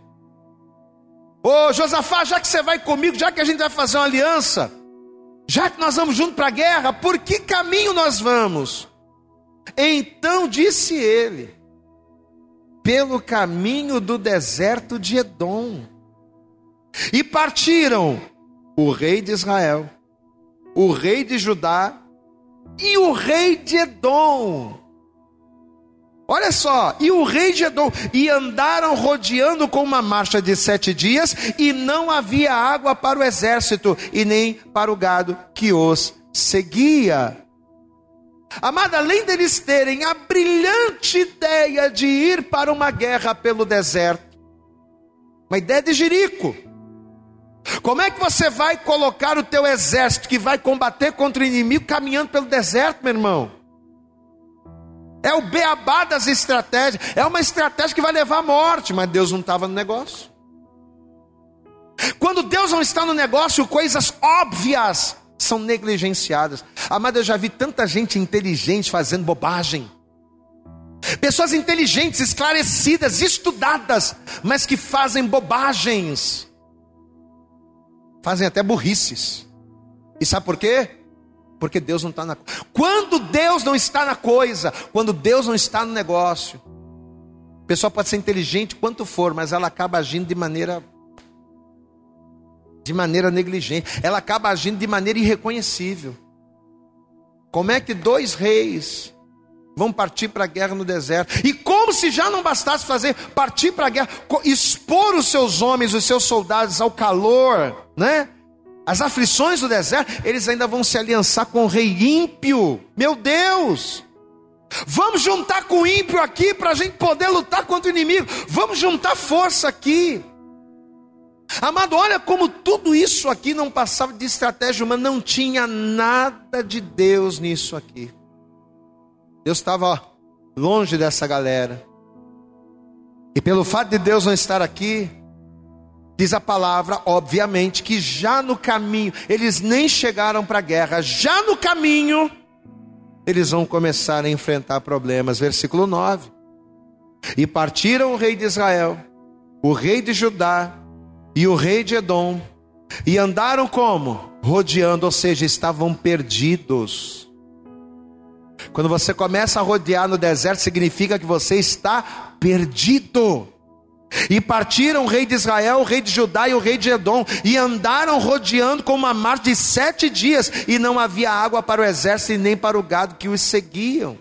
Ô Josafá, já que você vai comigo, já que a gente vai fazer uma aliança, já que nós vamos junto para a guerra, por que caminho nós vamos? Então disse ele: pelo caminho do deserto de Edom. E partiram o rei de Israel, o rei de Judá e o rei de Edom. Olha só, e o rei de Edom, e andaram rodeando com uma marcha de sete dias, e não havia água para o exército, e nem para o gado que os seguia. Amada, além deles terem a brilhante ideia de ir para uma guerra pelo deserto, uma ideia de Jerico. Como é que você vai colocar o teu exército que vai combater contra o inimigo caminhando pelo deserto, meu irmão? É o beabá das estratégias. É uma estratégia que vai levar à morte. Mas Deus não estava no negócio. Quando Deus não está no negócio, coisas óbvias são negligenciadas. Amada, eu já vi tanta gente inteligente fazendo bobagem. Pessoas inteligentes, esclarecidas, estudadas, mas que fazem bobagens. Fazem até burrices. E sabe por quê? Porque Deus não está na coisa. Quando Deus não está na coisa, quando Deus não está no negócio, a pessoa pode ser inteligente quanto for, mas ela acaba agindo de maneira de maneira negligente. Ela acaba agindo de maneira irreconhecível. Como é que dois reis vão partir para a guerra no deserto? E como se já não bastasse fazer partir para a guerra, expor os seus homens, os seus soldados ao calor, né? As aflições do deserto, eles ainda vão se aliançar com o rei ímpio. Meu Deus! Vamos juntar com o ímpio aqui para a gente poder lutar contra o inimigo. Vamos juntar força aqui. Amado, olha como tudo isso aqui não passava de estratégia humana. Não tinha nada de Deus nisso aqui. Deus estava longe dessa galera. E pelo fato de Deus não estar aqui, diz a palavra, obviamente, que já no caminho, eles nem chegaram para a guerra, já no caminho, eles vão começar a enfrentar problemas. Versículo nove. E partiram o rei de Israel, o rei de Judá e o rei de Edom, e andaram como? Rodeando, ou seja, estavam perdidos. Quando você começa a rodear no deserto, significa que você está perdido. E partiram o rei de Israel, o rei de Judá e o rei de Edom, e andaram rodeando com uma marcha de sete dias, e não havia água para o exército e nem para o gado que os seguiam.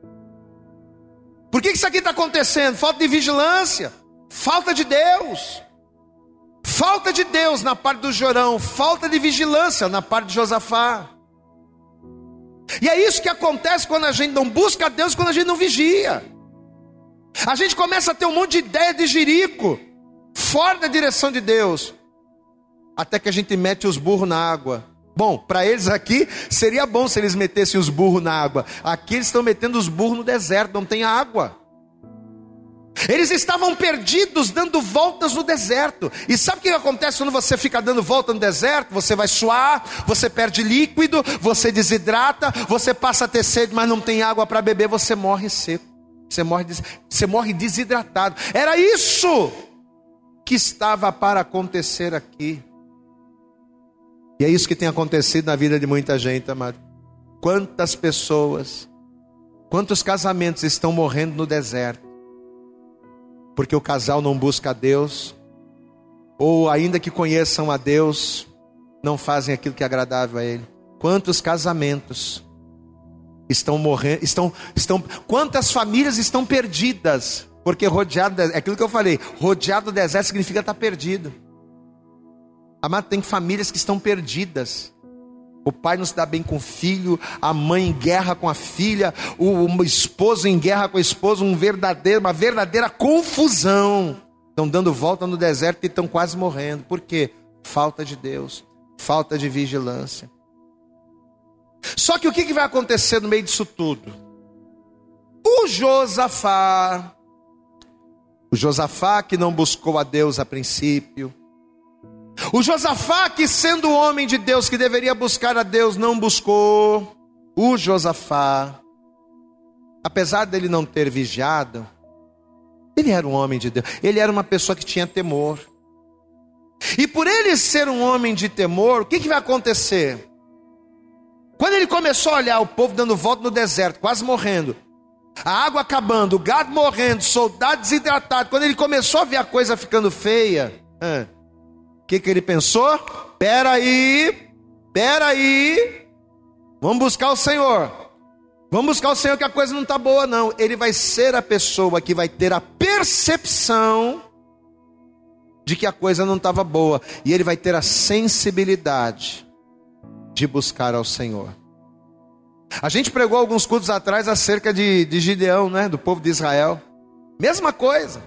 Por que isso aqui está acontecendo? Falta de vigilância, falta de Deus, falta de Deus na parte do Jorão, falta de vigilância na parte de Josafá. E é isso que acontece quando a gente não busca a Deus, quando a gente não vigia. A gente começa a ter um monte de ideia de jirico, fora da direção de Deus, até que a gente mete os burros na água. Bom, para eles aqui, seria bom se eles metessem os burros na água. Aqui eles estão metendo os burros no deserto, não tem água. Eles estavam perdidos, dando voltas no deserto. E sabe o que acontece quando você fica dando volta no deserto? Você vai suar, você perde líquido, você desidrata, você passa a ter sede, mas não tem água para beber, você morre seco. Você morre, você morre desidratado. Era isso que estava para acontecer aqui. E é isso que tem acontecido na vida de muita gente, amado. Quantas pessoas, quantos casamentos estão morrendo no deserto, porque o casal não busca a Deus, ou ainda que conheçam a Deus, não fazem aquilo que é agradável a Ele. Quantos casamentos estão morrendo, estão, estão, quantas famílias estão perdidas, porque rodeado, é aquilo que eu falei, rodeado do deserto significa estar perdido. Amado, tem famílias que estão perdidas. O pai não se dá bem com o filho, a mãe em guerra com a filha, o, o esposo em guerra com a esposa, um verdadeiro, uma verdadeira confusão. Estão dando volta no deserto e estão quase morrendo. Por quê? Falta de Deus, falta de vigilância. Só que o que vai acontecer no meio disso tudo? O Josafá, o Josafá que não buscou a Deus a princípio, o Josafá que sendo homem de Deus, que deveria buscar a Deus, não buscou. O Josafá, apesar dele não ter vigiado, ele era um homem de Deus, ele era uma pessoa que tinha temor. E por ele ser um homem de temor, o que, que vai acontecer? Quando ele começou a olhar o povo dando volta no deserto, quase morrendo, a água acabando, o gado morrendo, soldado desidratado, quando ele começou a ver a coisa ficando feia, ah, o que, que ele pensou? Peraí, peraí, vamos buscar o Senhor, vamos buscar o Senhor que a coisa não está boa não. Ele vai ser a pessoa que vai ter a percepção de que a coisa não estava boa, e ele vai ter a sensibilidade de buscar ao Senhor. A gente pregou alguns cultos atrás acerca de, de Gideão, né? Do povo de Israel. Mesma coisa.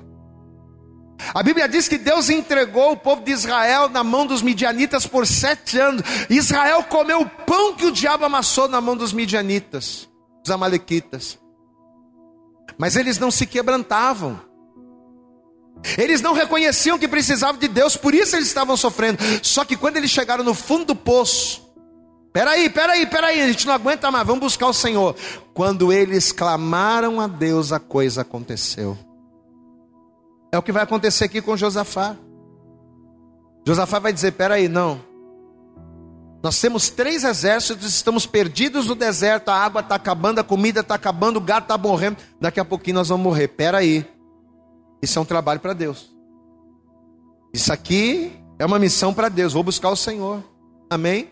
A Bíblia diz que Deus entregou o povo de Israel na mão dos midianitas por sete anos. Israel comeu o pão que o diabo amassou na mão dos midianitas, dos amalequitas. Mas eles não se quebrantavam. Eles não reconheciam que precisavam de Deus, por isso eles estavam sofrendo. Só que quando eles chegaram no fundo do poço, Peraí, peraí, peraí, a gente não aguenta mais, vamos buscar o Senhor. Quando eles clamaram a Deus, a coisa aconteceu. É o que vai acontecer aqui com Josafá. Josafá vai dizer, peraí, não. Nós temos três exércitos, estamos perdidos no deserto, a água está acabando, a comida está acabando, o gado está morrendo. Daqui a pouquinho nós vamos morrer, peraí. Isso é um trabalho para Deus. Isso aqui é uma missão para Deus, vou buscar o Senhor. Amém?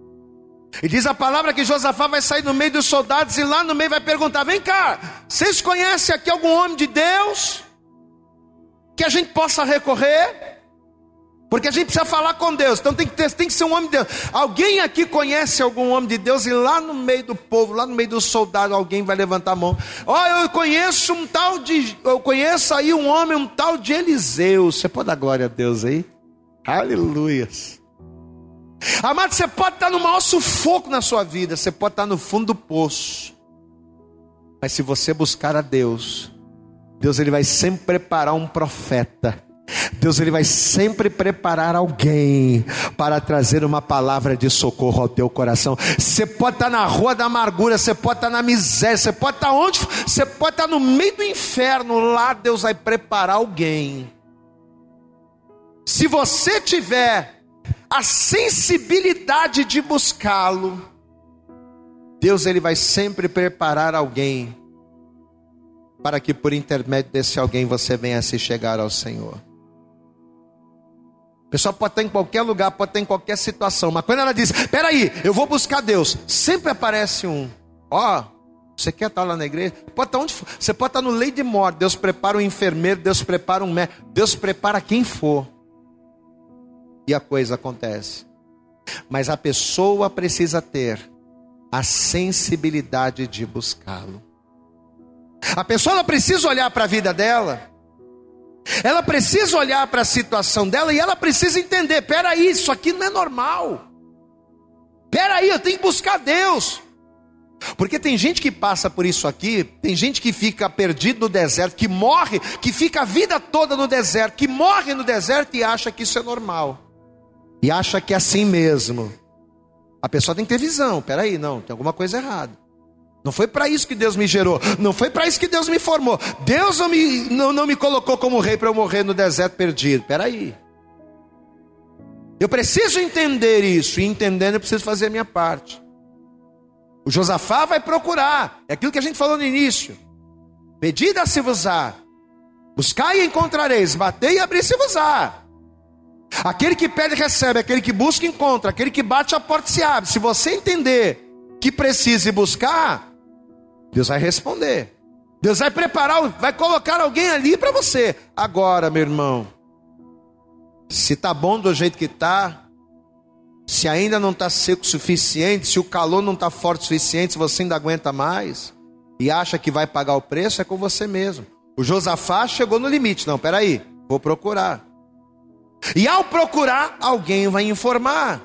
E diz a palavra que Josafá vai sair no meio dos soldados e lá no meio vai perguntar, vem cá, vocês conhecem aqui algum homem de Deus que a gente possa recorrer? Porque a gente precisa falar com Deus, então tem que, ter, tem que ser um homem de Deus. Alguém aqui conhece algum homem de Deus? E lá no meio do povo, lá no meio dos soldados, alguém vai levantar a mão. Ó, oh, eu conheço um tal de, eu conheço aí um homem, um tal de Eliseu. Você pode dar glória a Deus aí? Aleluias. Amado, você pode estar no maior sufoco na sua vida, você pode estar no fundo do poço, mas se você buscar a Deus, Deus ele vai sempre preparar um profeta. Deus ele vai sempre preparar alguém para trazer uma palavra de socorro ao teu coração. Você pode estar na rua da amargura, você pode estar na miséria, você pode estar onde, você pode estar no meio do inferno. Lá Deus vai preparar alguém. Se você tiver a sensibilidade de buscá-lo, Deus ele vai sempre preparar alguém para que por intermédio desse alguém você venha a se chegar ao Senhor. A pessoa pode estar em qualquer lugar, pode estar em qualquer situação, mas quando ela diz, espera aí, eu vou buscar Deus, sempre aparece um, ó, oh, você quer estar lá na igreja? Pode estar onde for. Você pode estar no leito de morte, Deus prepara um enfermeiro, Deus prepara um médico, Deus prepara quem for, e a coisa acontece. Mas a pessoa precisa ter a sensibilidade de buscá-lo. A pessoa não precisa olhar para a vida dela, ela precisa olhar para a situação dela e ela precisa entender, peraí, isso aqui não é normal, peraí, eu tenho que buscar Deus. Porque tem gente que passa por isso aqui, tem gente que fica perdido no deserto, que morre, que fica a vida toda no deserto, que morre no deserto e acha que isso é normal, e acha que é assim mesmo. A pessoa tem que ter visão, peraí, não, tem alguma coisa errada. Não foi para isso que Deus me gerou, não foi para isso que Deus me formou. Deus não me, não, não me colocou como rei para eu morrer no deserto perdido. Espera aí. Eu preciso entender isso, e entendendo eu preciso fazer a minha parte. O Josafá vai procurar, é aquilo que a gente falou no início. Pedi, dá-se-vos-á, buscai e encontrareis, batei e abri-se-vos-á. Aquele que pede recebe, aquele que busca encontra, aquele que bate a porta se abre. Se você entender que precisa buscar, Deus vai responder. Deus vai preparar, vai colocar alguém ali para você. Agora, meu irmão, se está bom do jeito que está, se ainda não está seco o suficiente, se o calor não está forte o suficiente, se você ainda aguenta mais e acha que vai pagar o preço, é com você mesmo. O Josafá chegou no limite. Não, peraí, vou procurar. E ao procurar, alguém vai informar.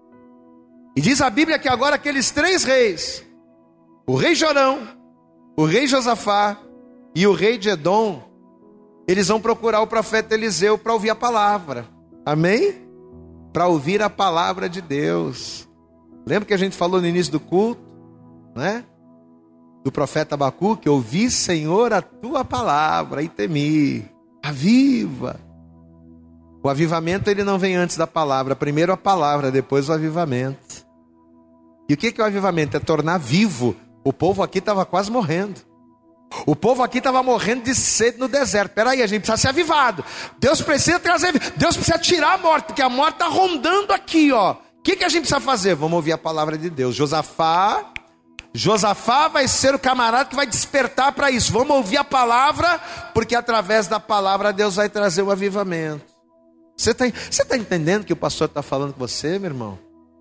E diz a Bíblia que agora aqueles três reis, o rei Jorão, o rei Josafá e o rei de Edom, eles vão procurar o profeta Eliseu para ouvir a palavra. Amém? Para ouvir a palavra de Deus. Lembra que a gente falou no início do culto, né? Do profeta Abacuque, ouvi, Senhor, a tua palavra e temi. Aviva. O avivamento ele não vem antes da palavra. Primeiro a palavra, depois o avivamento. E o que é o avivamento? É tornar vivo. O povo aqui estava quase morrendo. O povo aqui estava morrendo de sede no deserto. Peraí, a gente precisa ser avivado. Deus precisa trazer, Deus precisa tirar a morte, porque a morte está rondando aqui, ó. O que, que a gente precisa fazer? Vamos ouvir a palavra de Deus. Josafá, Josafá vai ser o camarada que vai despertar para isso. Vamos ouvir a palavra, porque através da palavra Deus vai trazer o avivamento. Você está você tá entendendo o que o pastor está falando com você, meu irmão?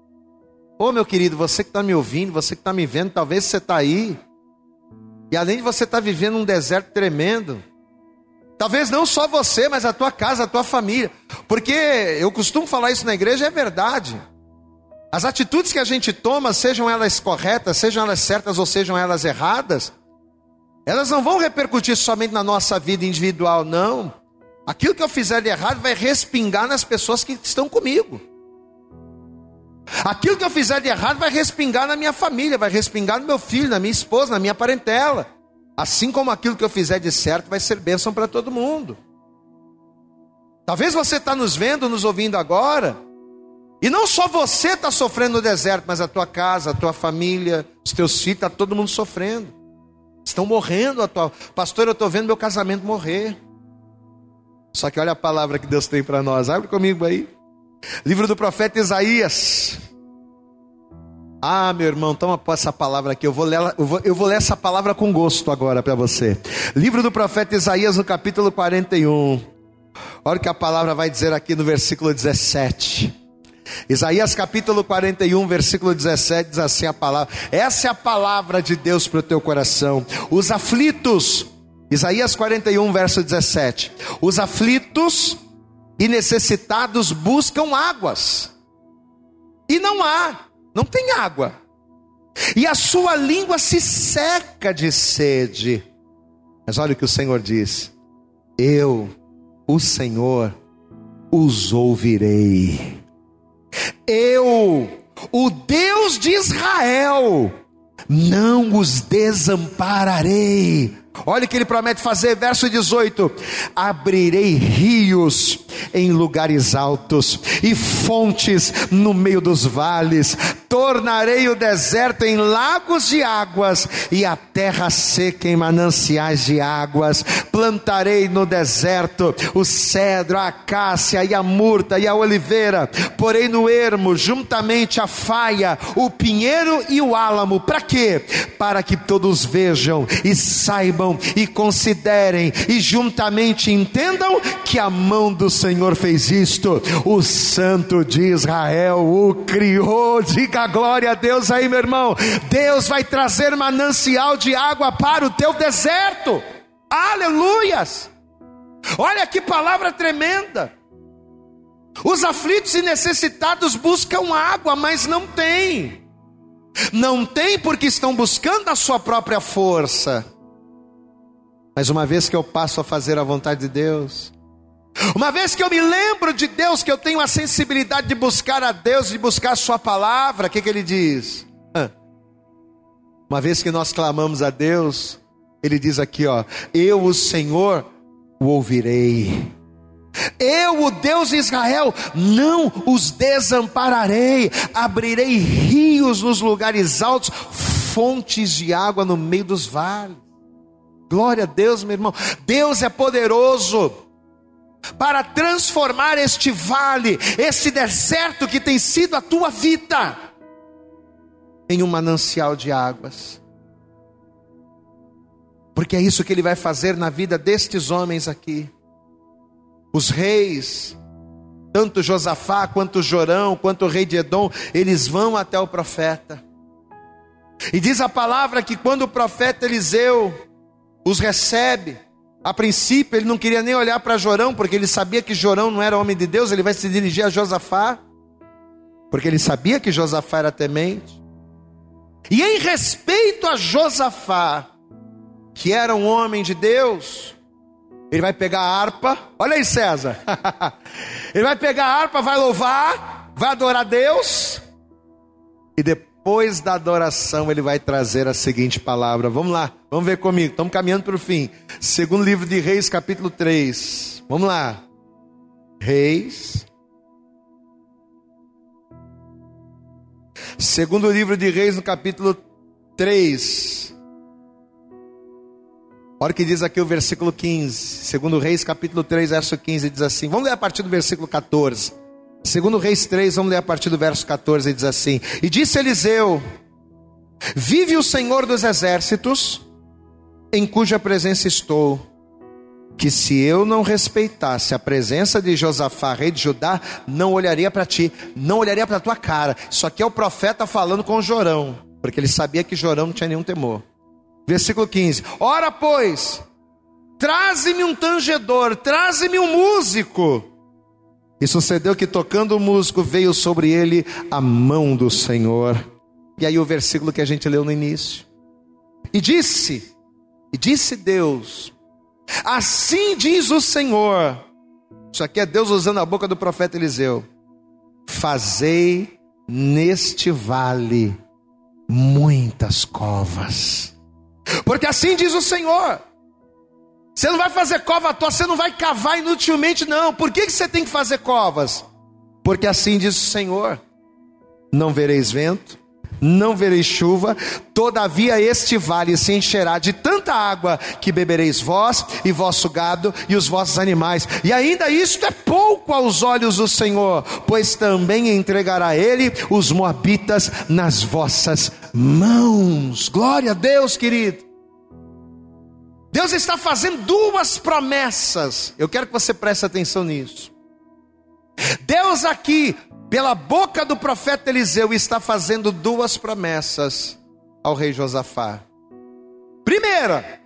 Ô meu querido, você que está me ouvindo, você que está me vendo, talvez você está aí, e além de você estar vivendo um deserto tremendo, talvez não só você, mas a tua casa, a tua família, porque eu costumo falar isso na igreja, é verdade. As atitudes que a gente toma, sejam elas corretas, sejam elas certas ou sejam elas erradas, elas não vão repercutir somente na nossa vida individual, não. Aquilo que eu fizer de errado vai respingar nas pessoas que estão comigo. Aquilo que eu fizer de errado vai respingar na minha família, vai respingar no meu filho, na minha esposa, na minha parentela. Assim como aquilo que eu fizer de certo vai ser bênção para todo mundo. Talvez você está nos vendo, nos ouvindo agora, e não só você está sofrendo no deserto, mas a tua casa, a tua família, os teus filhos, está todo mundo sofrendo. Estão morrendo. A tua... Pastor, eu estou vendo meu casamento morrer. Só que olha a palavra que Deus tem para nós. Abre comigo aí. Livro do profeta Isaías. Ah, meu irmão, toma essa palavra aqui. Eu vou ler, eu vou, eu vou ler essa palavra com gosto agora para você. Livro do profeta Isaías, no capítulo quarenta e um. Olha o que a palavra vai dizer aqui no versículo dezessete. Isaías capítulo quarenta e um, versículo dezessete, diz assim a palavra. Essa é a palavra de Deus para o teu coração. Os aflitos, Isaías quarenta e um, verso dezessete. Os aflitos e necessitados buscam águas, e não há, não tem água, e a sua língua se seca de sede. Mas olha o que o Senhor diz: eu, o Senhor, os ouvirei. Eu, o Deus de Israel, não os desampararei. Olha o que ele promete fazer, verso dezoito: abrirei rios em lugares altos e fontes no meio dos vales, tornarei o deserto em lagos de águas e a terra seca em mananciais de águas. Plantarei no deserto o cedro, a acácia e a murta e a oliveira, porei no ermo juntamente a faia, o pinheiro e o álamo. Para quê? Para que todos vejam e saibam e considerem e juntamente entendam que a mão do Senhor fez isto. O Santo de Israel o criou. Diga glória a Deus aí, meu irmão. Deus vai trazer manancial de água para o teu deserto. Aleluias! Olha que palavra tremenda. Os aflitos e necessitados buscam água, mas não têm. Não tem porque estão buscando a sua própria força. Mas uma vez que eu passo a fazer a vontade de Deus, uma vez que eu me lembro de Deus, que eu tenho a sensibilidade de buscar a Deus, de buscar a sua palavra, o que, que ele diz? Uma vez que nós clamamos a Deus, ele diz aqui, ó: eu, o Senhor, o ouvirei. Eu, o Deus de Israel, não os desampararei. Abrirei rios nos lugares altos, fontes de água no meio dos vales. Glória a Deus, meu irmão. Deus é poderoso para transformar este vale, este deserto que tem sido a tua vida, em um manancial de águas. Porque é isso que ele vai fazer na vida destes homens aqui. Os reis, tanto Josafá, quanto Jorão, quanto o rei de Edom, eles vão até o profeta. E diz a palavra que quando o profeta Eliseu os recebe, a princípio ele não queria nem olhar para Jorão, porque ele sabia que Jorão não era homem de Deus. Ele vai se dirigir a Josafá, porque ele sabia que Josafá era temente. E em respeito a Josafá, que era um homem de Deus, ele vai pegar a harpa. Olha aí, César. Ele vai pegar a harpa, vai louvar, vai adorar Deus, e depois da adoração ele vai trazer a seguinte palavra. Vamos lá, vamos ver comigo, estamos caminhando para o fim. Segundo livro de Reis, capítulo três. Vamos lá. Reis, segundo livro de Reis, no capítulo três. Olha o que diz aqui o versículo quinze. Segundo Reis, capítulo três, verso quinze, diz assim. Vamos ler a partir do versículo quatorze. Segundo Reis três, vamos ler a partir do verso quatorze, diz assim: e disse Eliseu: vive o Senhor dos exércitos, em cuja presença estou, que se eu não respeitasse a presença de Josafá, rei de Judá, não olharia para ti, não olharia para a tua cara. Isso aqui é o profeta falando com Jorão, porque ele sabia que Jorão não tinha nenhum temor. Versículo quinze: ora pois, traze-me um tangedor, traze-me um músico. E sucedeu que tocando o músico, veio sobre ele a mão do Senhor. E aí o versículo que a gente leu no início. E disse, e disse Deus: assim diz o Senhor. Isso aqui é Deus usando a boca do profeta Eliseu: fazei neste vale muitas covas. Porque assim diz o Senhor: você não vai fazer cova à toa, você não vai cavar inutilmente, não. Por que você tem que fazer covas? Porque assim diz o Senhor: não vereis vento, não vereis chuva, todavia este vale se encherá de tanta água, que bebereis vós e vosso gado e os vossos animais. E ainda isto é pouco aos olhos do Senhor, pois também entregará ele os moabitas nas vossas mãos. Glória a Deus, querido. Deus está fazendo duas promessas. Eu quero que você preste atenção nisso. Deus aqui, pela boca do profeta Eliseu, está fazendo duas promessas ao rei Josafá. Primeira,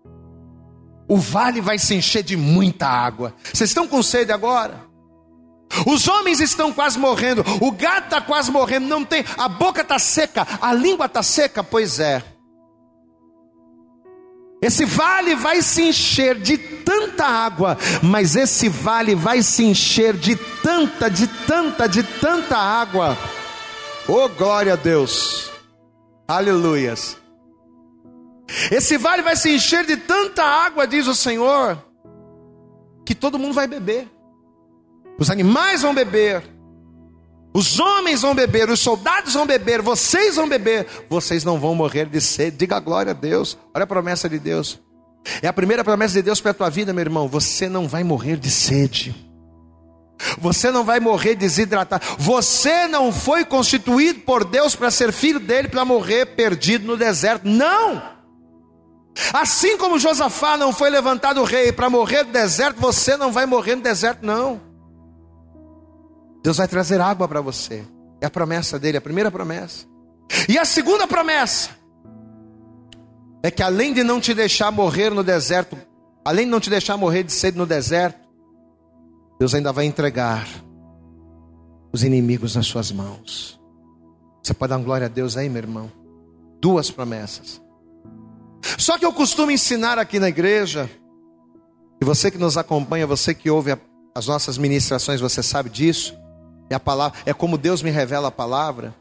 o vale vai se encher de muita água. Vocês estão com sede agora? Os homens estão quase morrendo, o gado está quase morrendo, não tem, a boca está seca, a língua está seca. Pois é, Esse vale vai se encher de tanta água, mas esse vale vai se encher de tanta, de tanta, de tanta água. Oh, glória a Deus. Aleluias. Esse vale vai se encher de tanta água, diz o Senhor, que todo mundo vai beber. Os animais vão beber, os homens vão beber, os soldados vão beber, vocês vão beber. Vocês não vão morrer de sede. Diga glória a Deus. Olha a promessa de Deus. É a primeira promessa de Deus para a tua vida, meu irmão. Você não vai morrer de sede. Você não vai morrer desidratado. Você não foi constituído por Deus para ser filho dele, para morrer perdido no deserto. Não! Assim como Josafá não foi levantado rei para morrer no deserto, você não vai morrer no deserto, não. Deus vai trazer água para você. É a promessa dele, a primeira promessa. E a segunda promessa é que além de não te deixar morrer no deserto, além de não te deixar morrer de sede no deserto, Deus ainda vai entregar os inimigos nas suas mãos. Você pode dar uma glória a Deus aí, meu irmão? Duas promessas. Só que eu costumo ensinar aqui na igreja, e você que nos acompanha, você que ouve a, as nossas ministrações, você sabe disso. É a palavra, é como Deus me revela a palavra.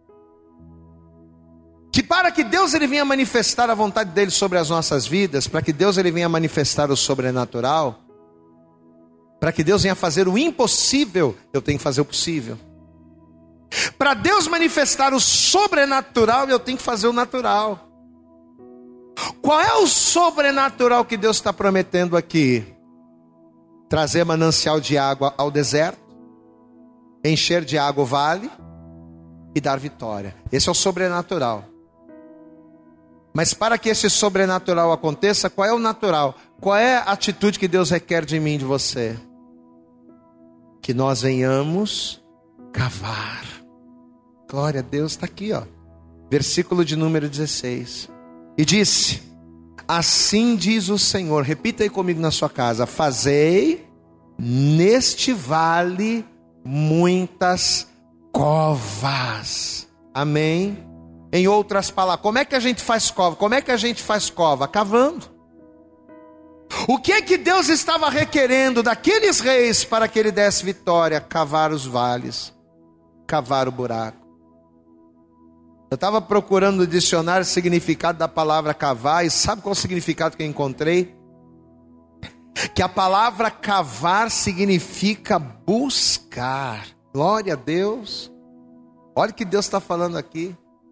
Que para que Deus ele venha manifestar a vontade dele sobre as nossas vidas, para que Deus ele venha manifestar o sobrenatural, para que Deus venha fazer o impossível, eu tenho que fazer o possível. Para Deus manifestar o sobrenatural, eu tenho que fazer o natural. Qual é o sobrenatural que Deus está prometendo aqui? Trazer manancial de água ao deserto, encher de água o vale e dar vitória. Esse é o sobrenatural. Mas para que esse sobrenatural aconteça, qual é o natural? Qual é a atitude que Deus requer de mim e de você? Que nós venhamos cavar. Glória a Deus, está aqui, ó. Versículo de número dezesseis. E disse: assim diz o Senhor, repita aí comigo na sua casa: fazei neste vale muitas covas. Amém? Em outras palavras, como é que a gente faz cova? Como é que a gente faz cova? Cavando. O que é que Deus estava requerendo daqueles reis para que ele desse vitória? Cavar os vales, cavar o buraco. Eu estava procurando no dicionário o significado da palavra cavar, e sabe qual é o significado que eu encontrei? Que a palavra cavar significa buscar. Glória a Deus. Olha o que Deus está falando aqui.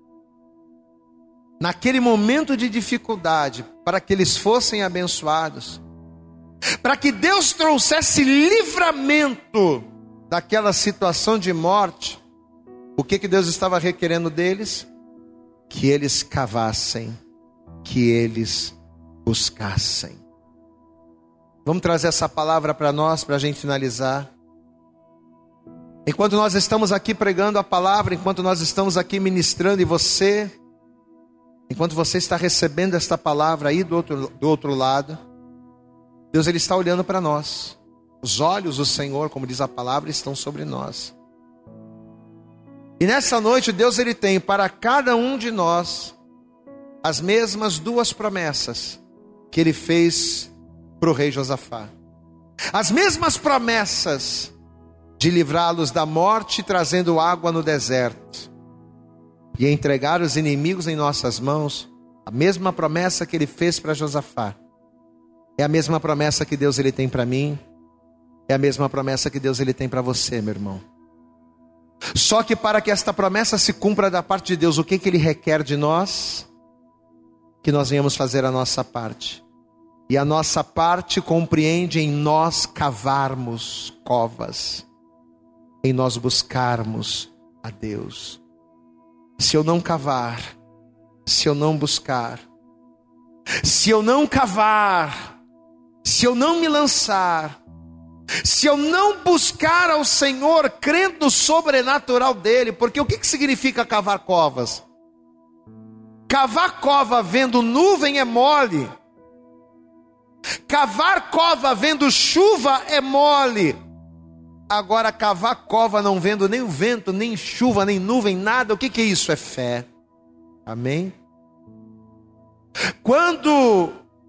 Naquele momento de dificuldade, para que eles fossem abençoados, para que Deus trouxesse livramento daquela situação de morte, o que que Deus estava requerendo deles? Que eles cavassem, que eles buscassem. Vamos trazer essa palavra para nós, para a gente finalizar. Enquanto nós estamos aqui pregando a palavra, enquanto nós estamos aqui ministrando, e você, enquanto você está recebendo esta palavra aí do outro, do outro lado, Deus ele está olhando para nós. Os olhos do Senhor, como diz a palavra, estão sobre nós. E nessa noite Deus ele tem para cada um de nós as mesmas duas promessas que ele fez para o rei Josafá. As mesmas promessas de livrá-los da morte, trazendo água no deserto e entregar os inimigos em nossas mãos. A mesma promessa que ele fez para Josafá é a mesma promessa que Deus ele tem para mim, é a mesma promessa que Deus ele tem para você, meu irmão. Só que para que esta promessa se cumpra da parte de Deus, o que que ele requer de nós? Que nós venhamos fazer a nossa parte. E a nossa parte compreende em nós cavarmos covas, em nós buscarmos a Deus. Se eu não cavar, se eu não buscar, se eu não cavar, se eu não me lançar, se eu não buscar ao Senhor, crendo no sobrenatural dele, porque o que, que significa cavar covas? Cavar cova vendo nuvem é mole. Cavar cova vendo chuva é mole. Agora cavar cova não vendo nem o vento, nem chuva, nem nuvem, nada, o que, que é isso? É fé. Amém? Quando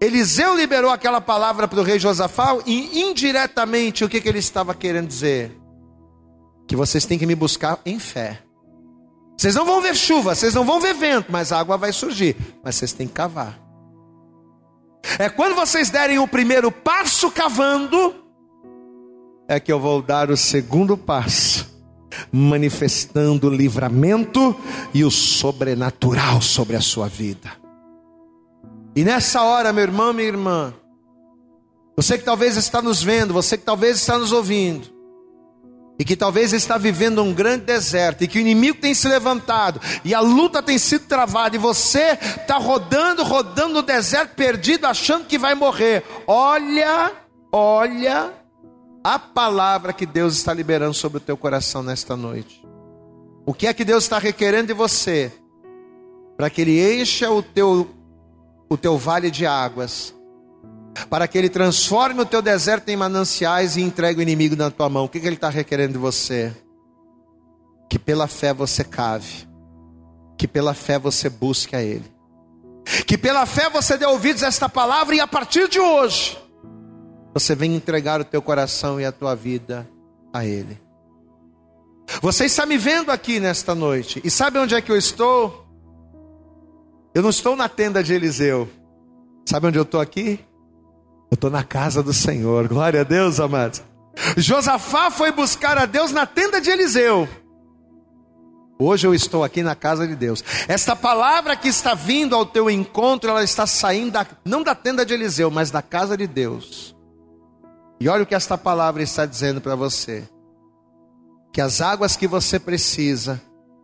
Eliseu liberou aquela palavra para o rei Josafá e indiretamente o que, que ele estava querendo dizer? Que vocês têm que me buscar em fé. Vocês não vão ver chuva, vocês não vão ver vento, mas a água vai surgir. Mas vocês têm que cavar. É quando vocês derem o primeiro passo cavando, é que eu vou dar o segundo passo, manifestando o livramento e o sobrenatural sobre a sua vida. E nessa hora, meu irmão, minha irmã, você que talvez está nos vendo, você que talvez está nos ouvindo, e que talvez está vivendo um grande deserto, e que o inimigo tem se levantado, e a luta tem sido travada, e você está rodando, rodando no deserto, perdido, achando que vai morrer. Olha, olha a palavra que Deus está liberando sobre o teu coração nesta noite. O que é que Deus está requerendo de você? Para que Ele encha o teu, o teu vale de águas, para que Ele transforme o teu deserto em mananciais e entregue o inimigo na tua mão. O que, que Ele está requerendo de você? Que pela fé você cave, que pela fé você busque a Ele, que pela fé você dê ouvidos a esta palavra, e a partir de hoje você vem entregar o teu coração e a tua vida a Ele. Você está me vendo aqui nesta noite, e sabe onde é que eu estou? Eu não estou na tenda de Eliseu. Sabe onde eu estou aqui? Eu estou na casa do Senhor. Glória a Deus, amados. Josafá foi buscar a Deus na tenda de Eliseu. Hoje eu estou aqui na casa de Deus. Esta palavra que está vindo ao teu encontro, ela está saindo da, não da tenda de Eliseu, mas da casa de Deus. E olha o que esta palavra está dizendo para você: que as águas que você precisa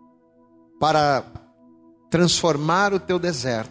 para transformar o teu deserto,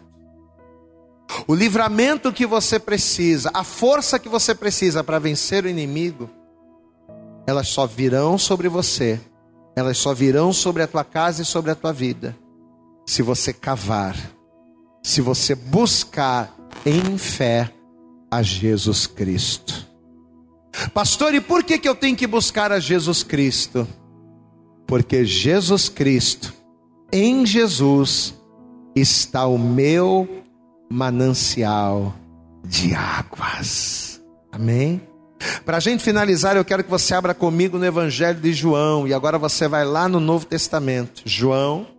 o livramento que você precisa, a força que você precisa para vencer o inimigo, elas só virão sobre você, elas só virão sobre a tua casa e sobre a tua vida, se você cavar, se você buscar em fé a Jesus Cristo. Pastor, e por que que eu tenho que buscar a Jesus Cristo? Porque Jesus Cristo, em Jesus, está o meu manancial de águas. Amém? Para a gente finalizar, eu quero que você abra comigo no Evangelho de João. E agora você vai lá no Novo Testamento. João,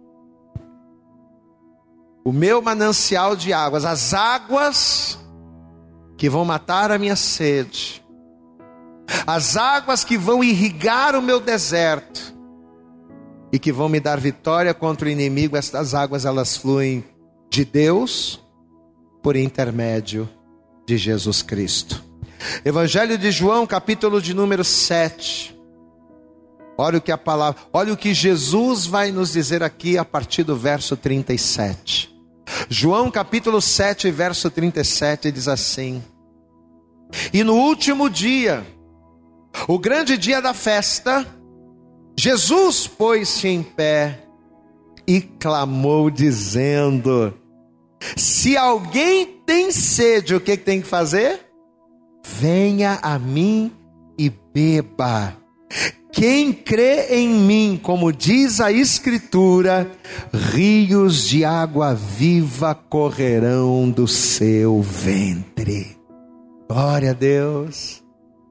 o meu manancial de águas, as águas que vão matar a minha sede, as águas que vão irrigar o meu deserto e que vão me dar vitória contra o inimigo. Estas águas, elas fluem de Deus por intermédio de Jesus Cristo. Evangelho de João, capítulo de número sete. Olha o que a palavra, olha o que Jesus vai nos dizer aqui a partir do verso trinta e sete. João capítulo sete, verso trinta e sete, diz assim: e no último dia, o grande dia da festa, Jesus pôs-se em pé e clamou dizendo: se alguém tem sede, o que tem que fazer? Venha a mim e beba. Quem crê em mim, como diz a Escritura, rios de água viva correrão do seu ventre. Glória a Deus.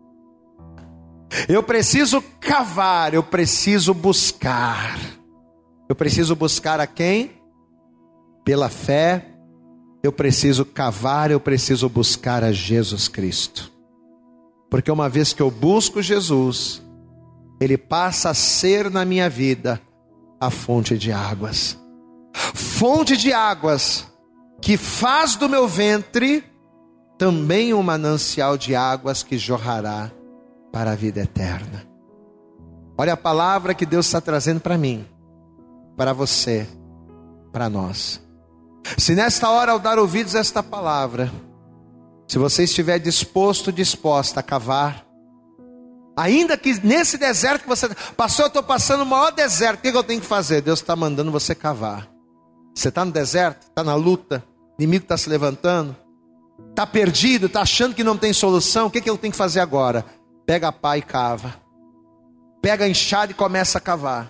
Eu preciso cavar, eu preciso buscar. Eu preciso buscar a quem? Pela fé. Eu preciso cavar, eu preciso buscar a Jesus Cristo. Porque uma vez que eu busco Jesus, Ele passa a ser na minha vida a fonte de águas. Fonte de águas que faz do meu ventre também um manancial de águas que jorrará para a vida eterna. Olha a palavra que Deus está trazendo para mim, para você, para nós. Se nesta hora, ao dar ouvidos a esta palavra, se você estiver disposto, disposta a cavar, ainda que nesse deserto que você passou, eu estou passando o maior deserto, o que eu tenho que fazer? Deus está mandando você cavar. Você está no deserto, está na luta, o inimigo está se levantando, está perdido, está achando que não tem solução. O que, que eu tenho que fazer agora? Pega a pá e cava. Pega a enxada e começa a cavar.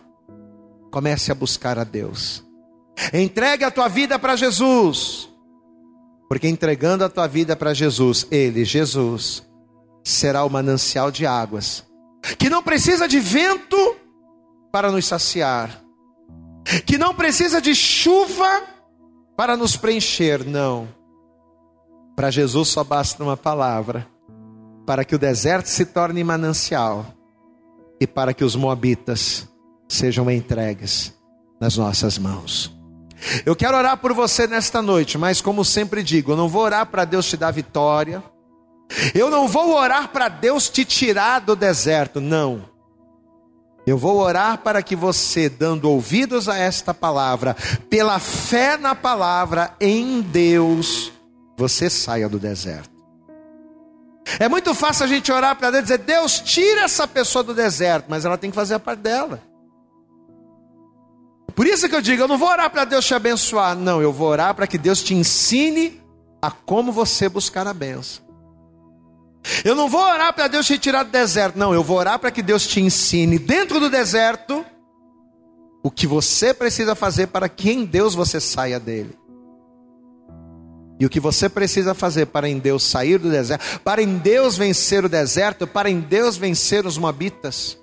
Comece a buscar a Deus. Entregue a tua vida para Jesus. Porque entregando a tua vida para Jesus, Ele, Jesus, será o manancial de águas, que não precisa de vento para nos saciar, que não precisa de chuva para nos preencher, não. Para Jesus só basta uma palavra, para que o deserto se torne manancial e para que os moabitas sejam entregues nas nossas mãos. Eu quero orar por você nesta noite, mas como sempre digo, eu não vou orar para Deus te dar vitória, eu não vou orar para Deus te tirar do deserto, não. Eu vou orar para que você, dando ouvidos a esta palavra, pela fé na palavra em Deus, você saia do deserto. É muito fácil a gente orar para Deus e dizer: Deus, tira essa pessoa do deserto, mas ela tem que fazer a parte dela. Por isso que eu digo, eu não vou orar para Deus te abençoar, não, eu vou orar para que Deus te ensine a como você buscar a bênção. Eu não vou orar para Deus te tirar do deserto, não, eu vou orar para que Deus te ensine dentro do deserto o que você precisa fazer para que em Deus você saia dele. E o que você precisa fazer para em Deus sair do deserto, para em Deus vencer o deserto, para em Deus vencer os moabitas,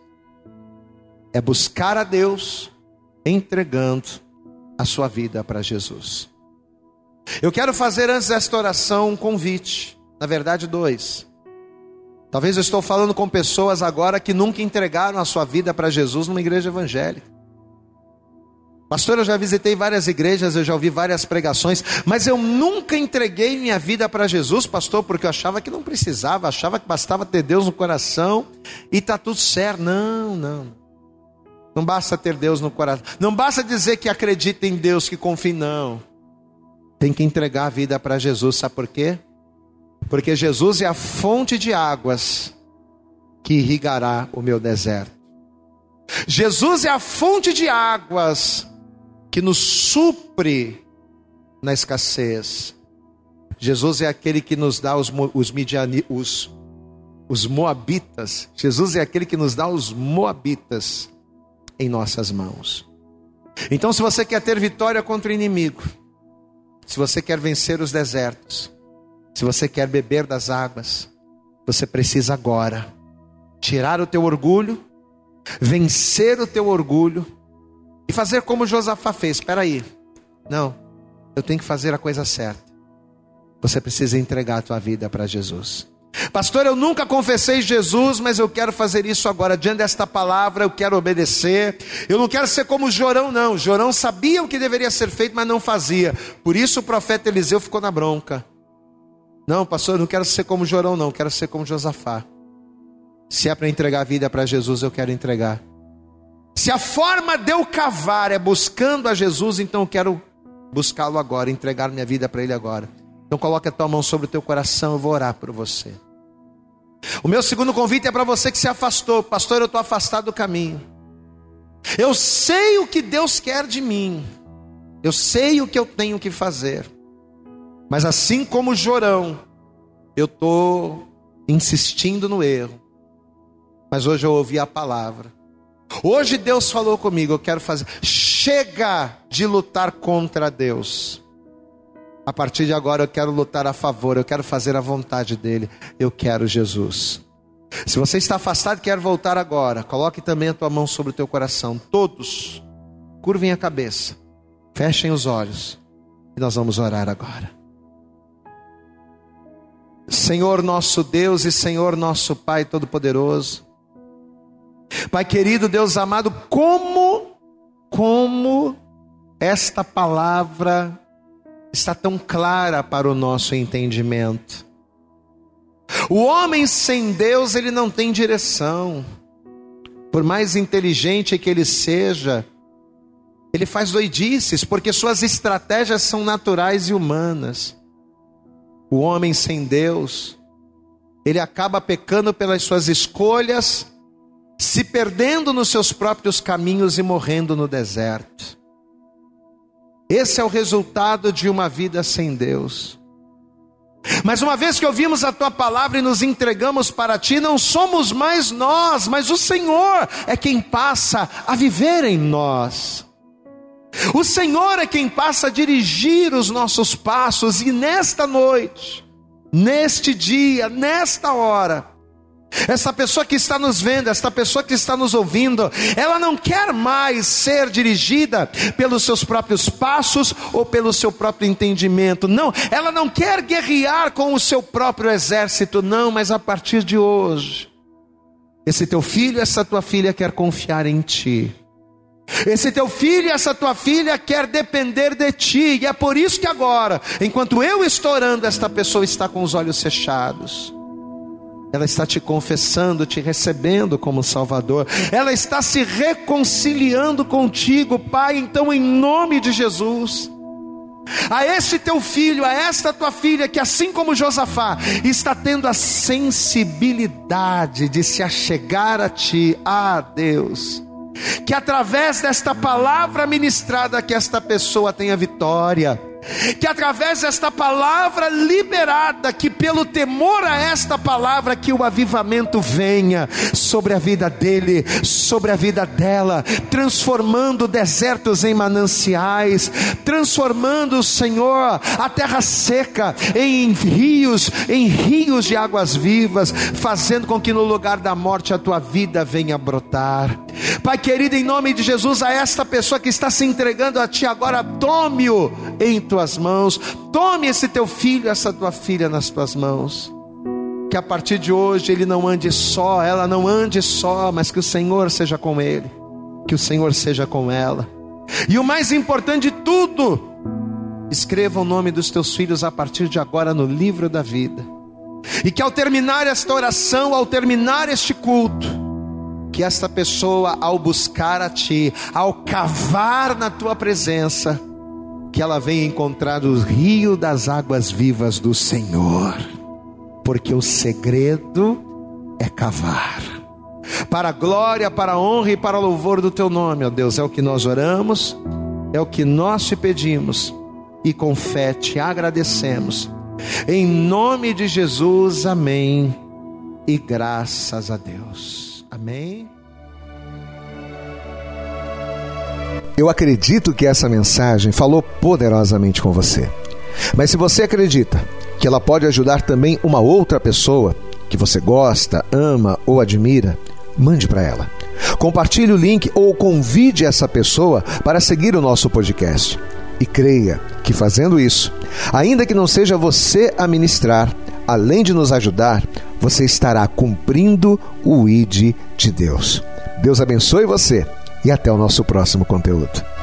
é buscar a Deus entregando a sua vida para Jesus. Eu quero fazer antes desta oração um convite, na verdade dois. Talvez eu estou falando com pessoas agora que nunca entregaram a sua vida para Jesus numa igreja evangélica. Pastor, eu já visitei várias igrejas, eu já ouvi várias pregações, mas eu nunca entreguei minha vida para Jesus, pastor, porque eu achava que não precisava, achava que bastava ter Deus no coração e está tudo certo. Não, não. Não basta ter Deus no coração. Não basta dizer que acredita em Deus, que confia, não. Tem que entregar a vida para Jesus, sabe por quê? Porque Jesus é a fonte de águas que irrigará o meu deserto. Jesus é a fonte de águas que nos supre na escassez. Jesus é aquele que nos dá os, os, midiani, os, os moabitas. Jesus é aquele que nos dá os moabitas em nossas mãos. Então, se você quer ter vitória contra o inimigo, se você quer vencer os desertos, se você quer beber das águas, você precisa agora tirar o teu orgulho, vencer o teu orgulho e fazer como Josafá fez. Espera aí, não, eu tenho que fazer a coisa certa. Você precisa entregar a tua vida para Jesus. Pastor, eu nunca confessei Jesus, mas eu quero fazer isso agora. Diante desta palavra eu quero obedecer. Eu não quero ser como Jorão, não. Jorão sabia o que deveria ser feito, mas não fazia. Por isso o profeta Eliseu ficou na bronca. Não, pastor, eu não quero ser como Jorão, não, quero ser como Josafá. Se é para entregar a vida para Jesus, eu quero entregar. Se a forma de eu cavar é buscando a Jesus, então eu quero buscá-lo agora, entregar minha vida para Ele agora. Então coloque a tua mão sobre o teu coração, eu vou orar por você. O meu segundo convite é para você que se afastou. Pastor, eu estou afastado do caminho. Eu sei o que Deus quer de mim. Eu sei o que eu tenho que fazer. Mas assim como Jorão, eu estou insistindo no erro. Mas hoje eu ouvi a palavra. Hoje Deus falou comigo, eu quero fazer. Chega de lutar contra Deus. A partir de agora eu quero lutar a favor, eu quero fazer a vontade dEle. Eu quero Jesus. Se você está afastado e quer voltar agora, coloque também a tua mão sobre o teu coração. Todos, curvem a cabeça, fechem os olhos e nós vamos orar agora. Senhor nosso Deus e Senhor nosso Pai Todo-Poderoso, Pai querido, Deus amado, como, como esta palavra está tão clara para o nosso entendimento. O homem sem Deus, ele não tem direção. Por mais inteligente que ele seja, ele faz doidices, porque suas estratégias são naturais e humanas. O homem sem Deus, ele acaba pecando pelas suas escolhas, se perdendo nos seus próprios caminhos e morrendo no deserto. Esse é o resultado de uma vida sem Deus. Mas uma vez que ouvimos a tua palavra e nos entregamos para ti, não somos mais nós, mas o Senhor é quem passa a viver em nós. O Senhor é quem passa a dirigir os nossos passos, e nesta noite, neste dia, nesta hora, essa pessoa que está nos vendo, esta pessoa que está nos ouvindo, ela não quer mais ser dirigida pelos seus próprios passos ou pelo seu próprio entendimento. Não, ela não quer guerrear com o seu próprio exército, não, mas a partir de hoje, esse teu filho, essa tua filha quer confiar em ti. Esse teu filho, essa tua filha quer depender de ti. E é por isso que agora, enquanto eu estou orando, esta pessoa está com os olhos fechados. Ela está te confessando, te recebendo como Salvador. Ela está se reconciliando contigo, Pai. Então, em nome de Jesus, a este teu filho, a esta tua filha, que assim como Josafá, está tendo a sensibilidade de se achegar a ti, ah Deus, que através desta palavra ministrada, que esta pessoa tenha vitória. Que através desta palavra liberada, que pelo temor a esta palavra, que o avivamento venha sobre a vida dele, sobre a vida dela, transformando desertos em mananciais, transformando, Senhor, a terra seca em rios, em rios de águas vivas, fazendo com que no lugar da morte a tua vida venha brotar. Pai querido, em nome de Jesus, a esta pessoa que está se entregando a ti agora, tome-o em tuas mãos, tome esse teu filho, essa tua filha nas tuas mãos, que a partir de hoje ele não ande só, ela não ande só, mas que o Senhor seja com ele, que o Senhor seja com ela. E o mais importante de tudo, escreva o nome dos teus filhos a partir de agora no livro da vida, e que ao terminar esta oração, ao terminar este culto, que esta pessoa, ao buscar a ti, ao cavar na tua presença, que ela venha encontrar o rio das águas vivas do Senhor, porque o segredo é cavar, para a glória, para a honra e para o louvor do teu nome, ó Deus. É o que nós oramos, é o que nós te pedimos, e com fé te agradecemos, em nome de Jesus, amém, e graças a Deus. Amém. Eu acredito que essa mensagem falou poderosamente com você. Mas se você acredita que ela pode ajudar também uma outra pessoa que você gosta, ama ou admira, mande para ela. Compartilhe o link ou convide essa pessoa para seguir o nosso podcast. E creia que fazendo isso, ainda que não seja você a ministrar, além de nos ajudar, você estará cumprindo o I D de Deus. Deus abençoe você e até o nosso próximo conteúdo.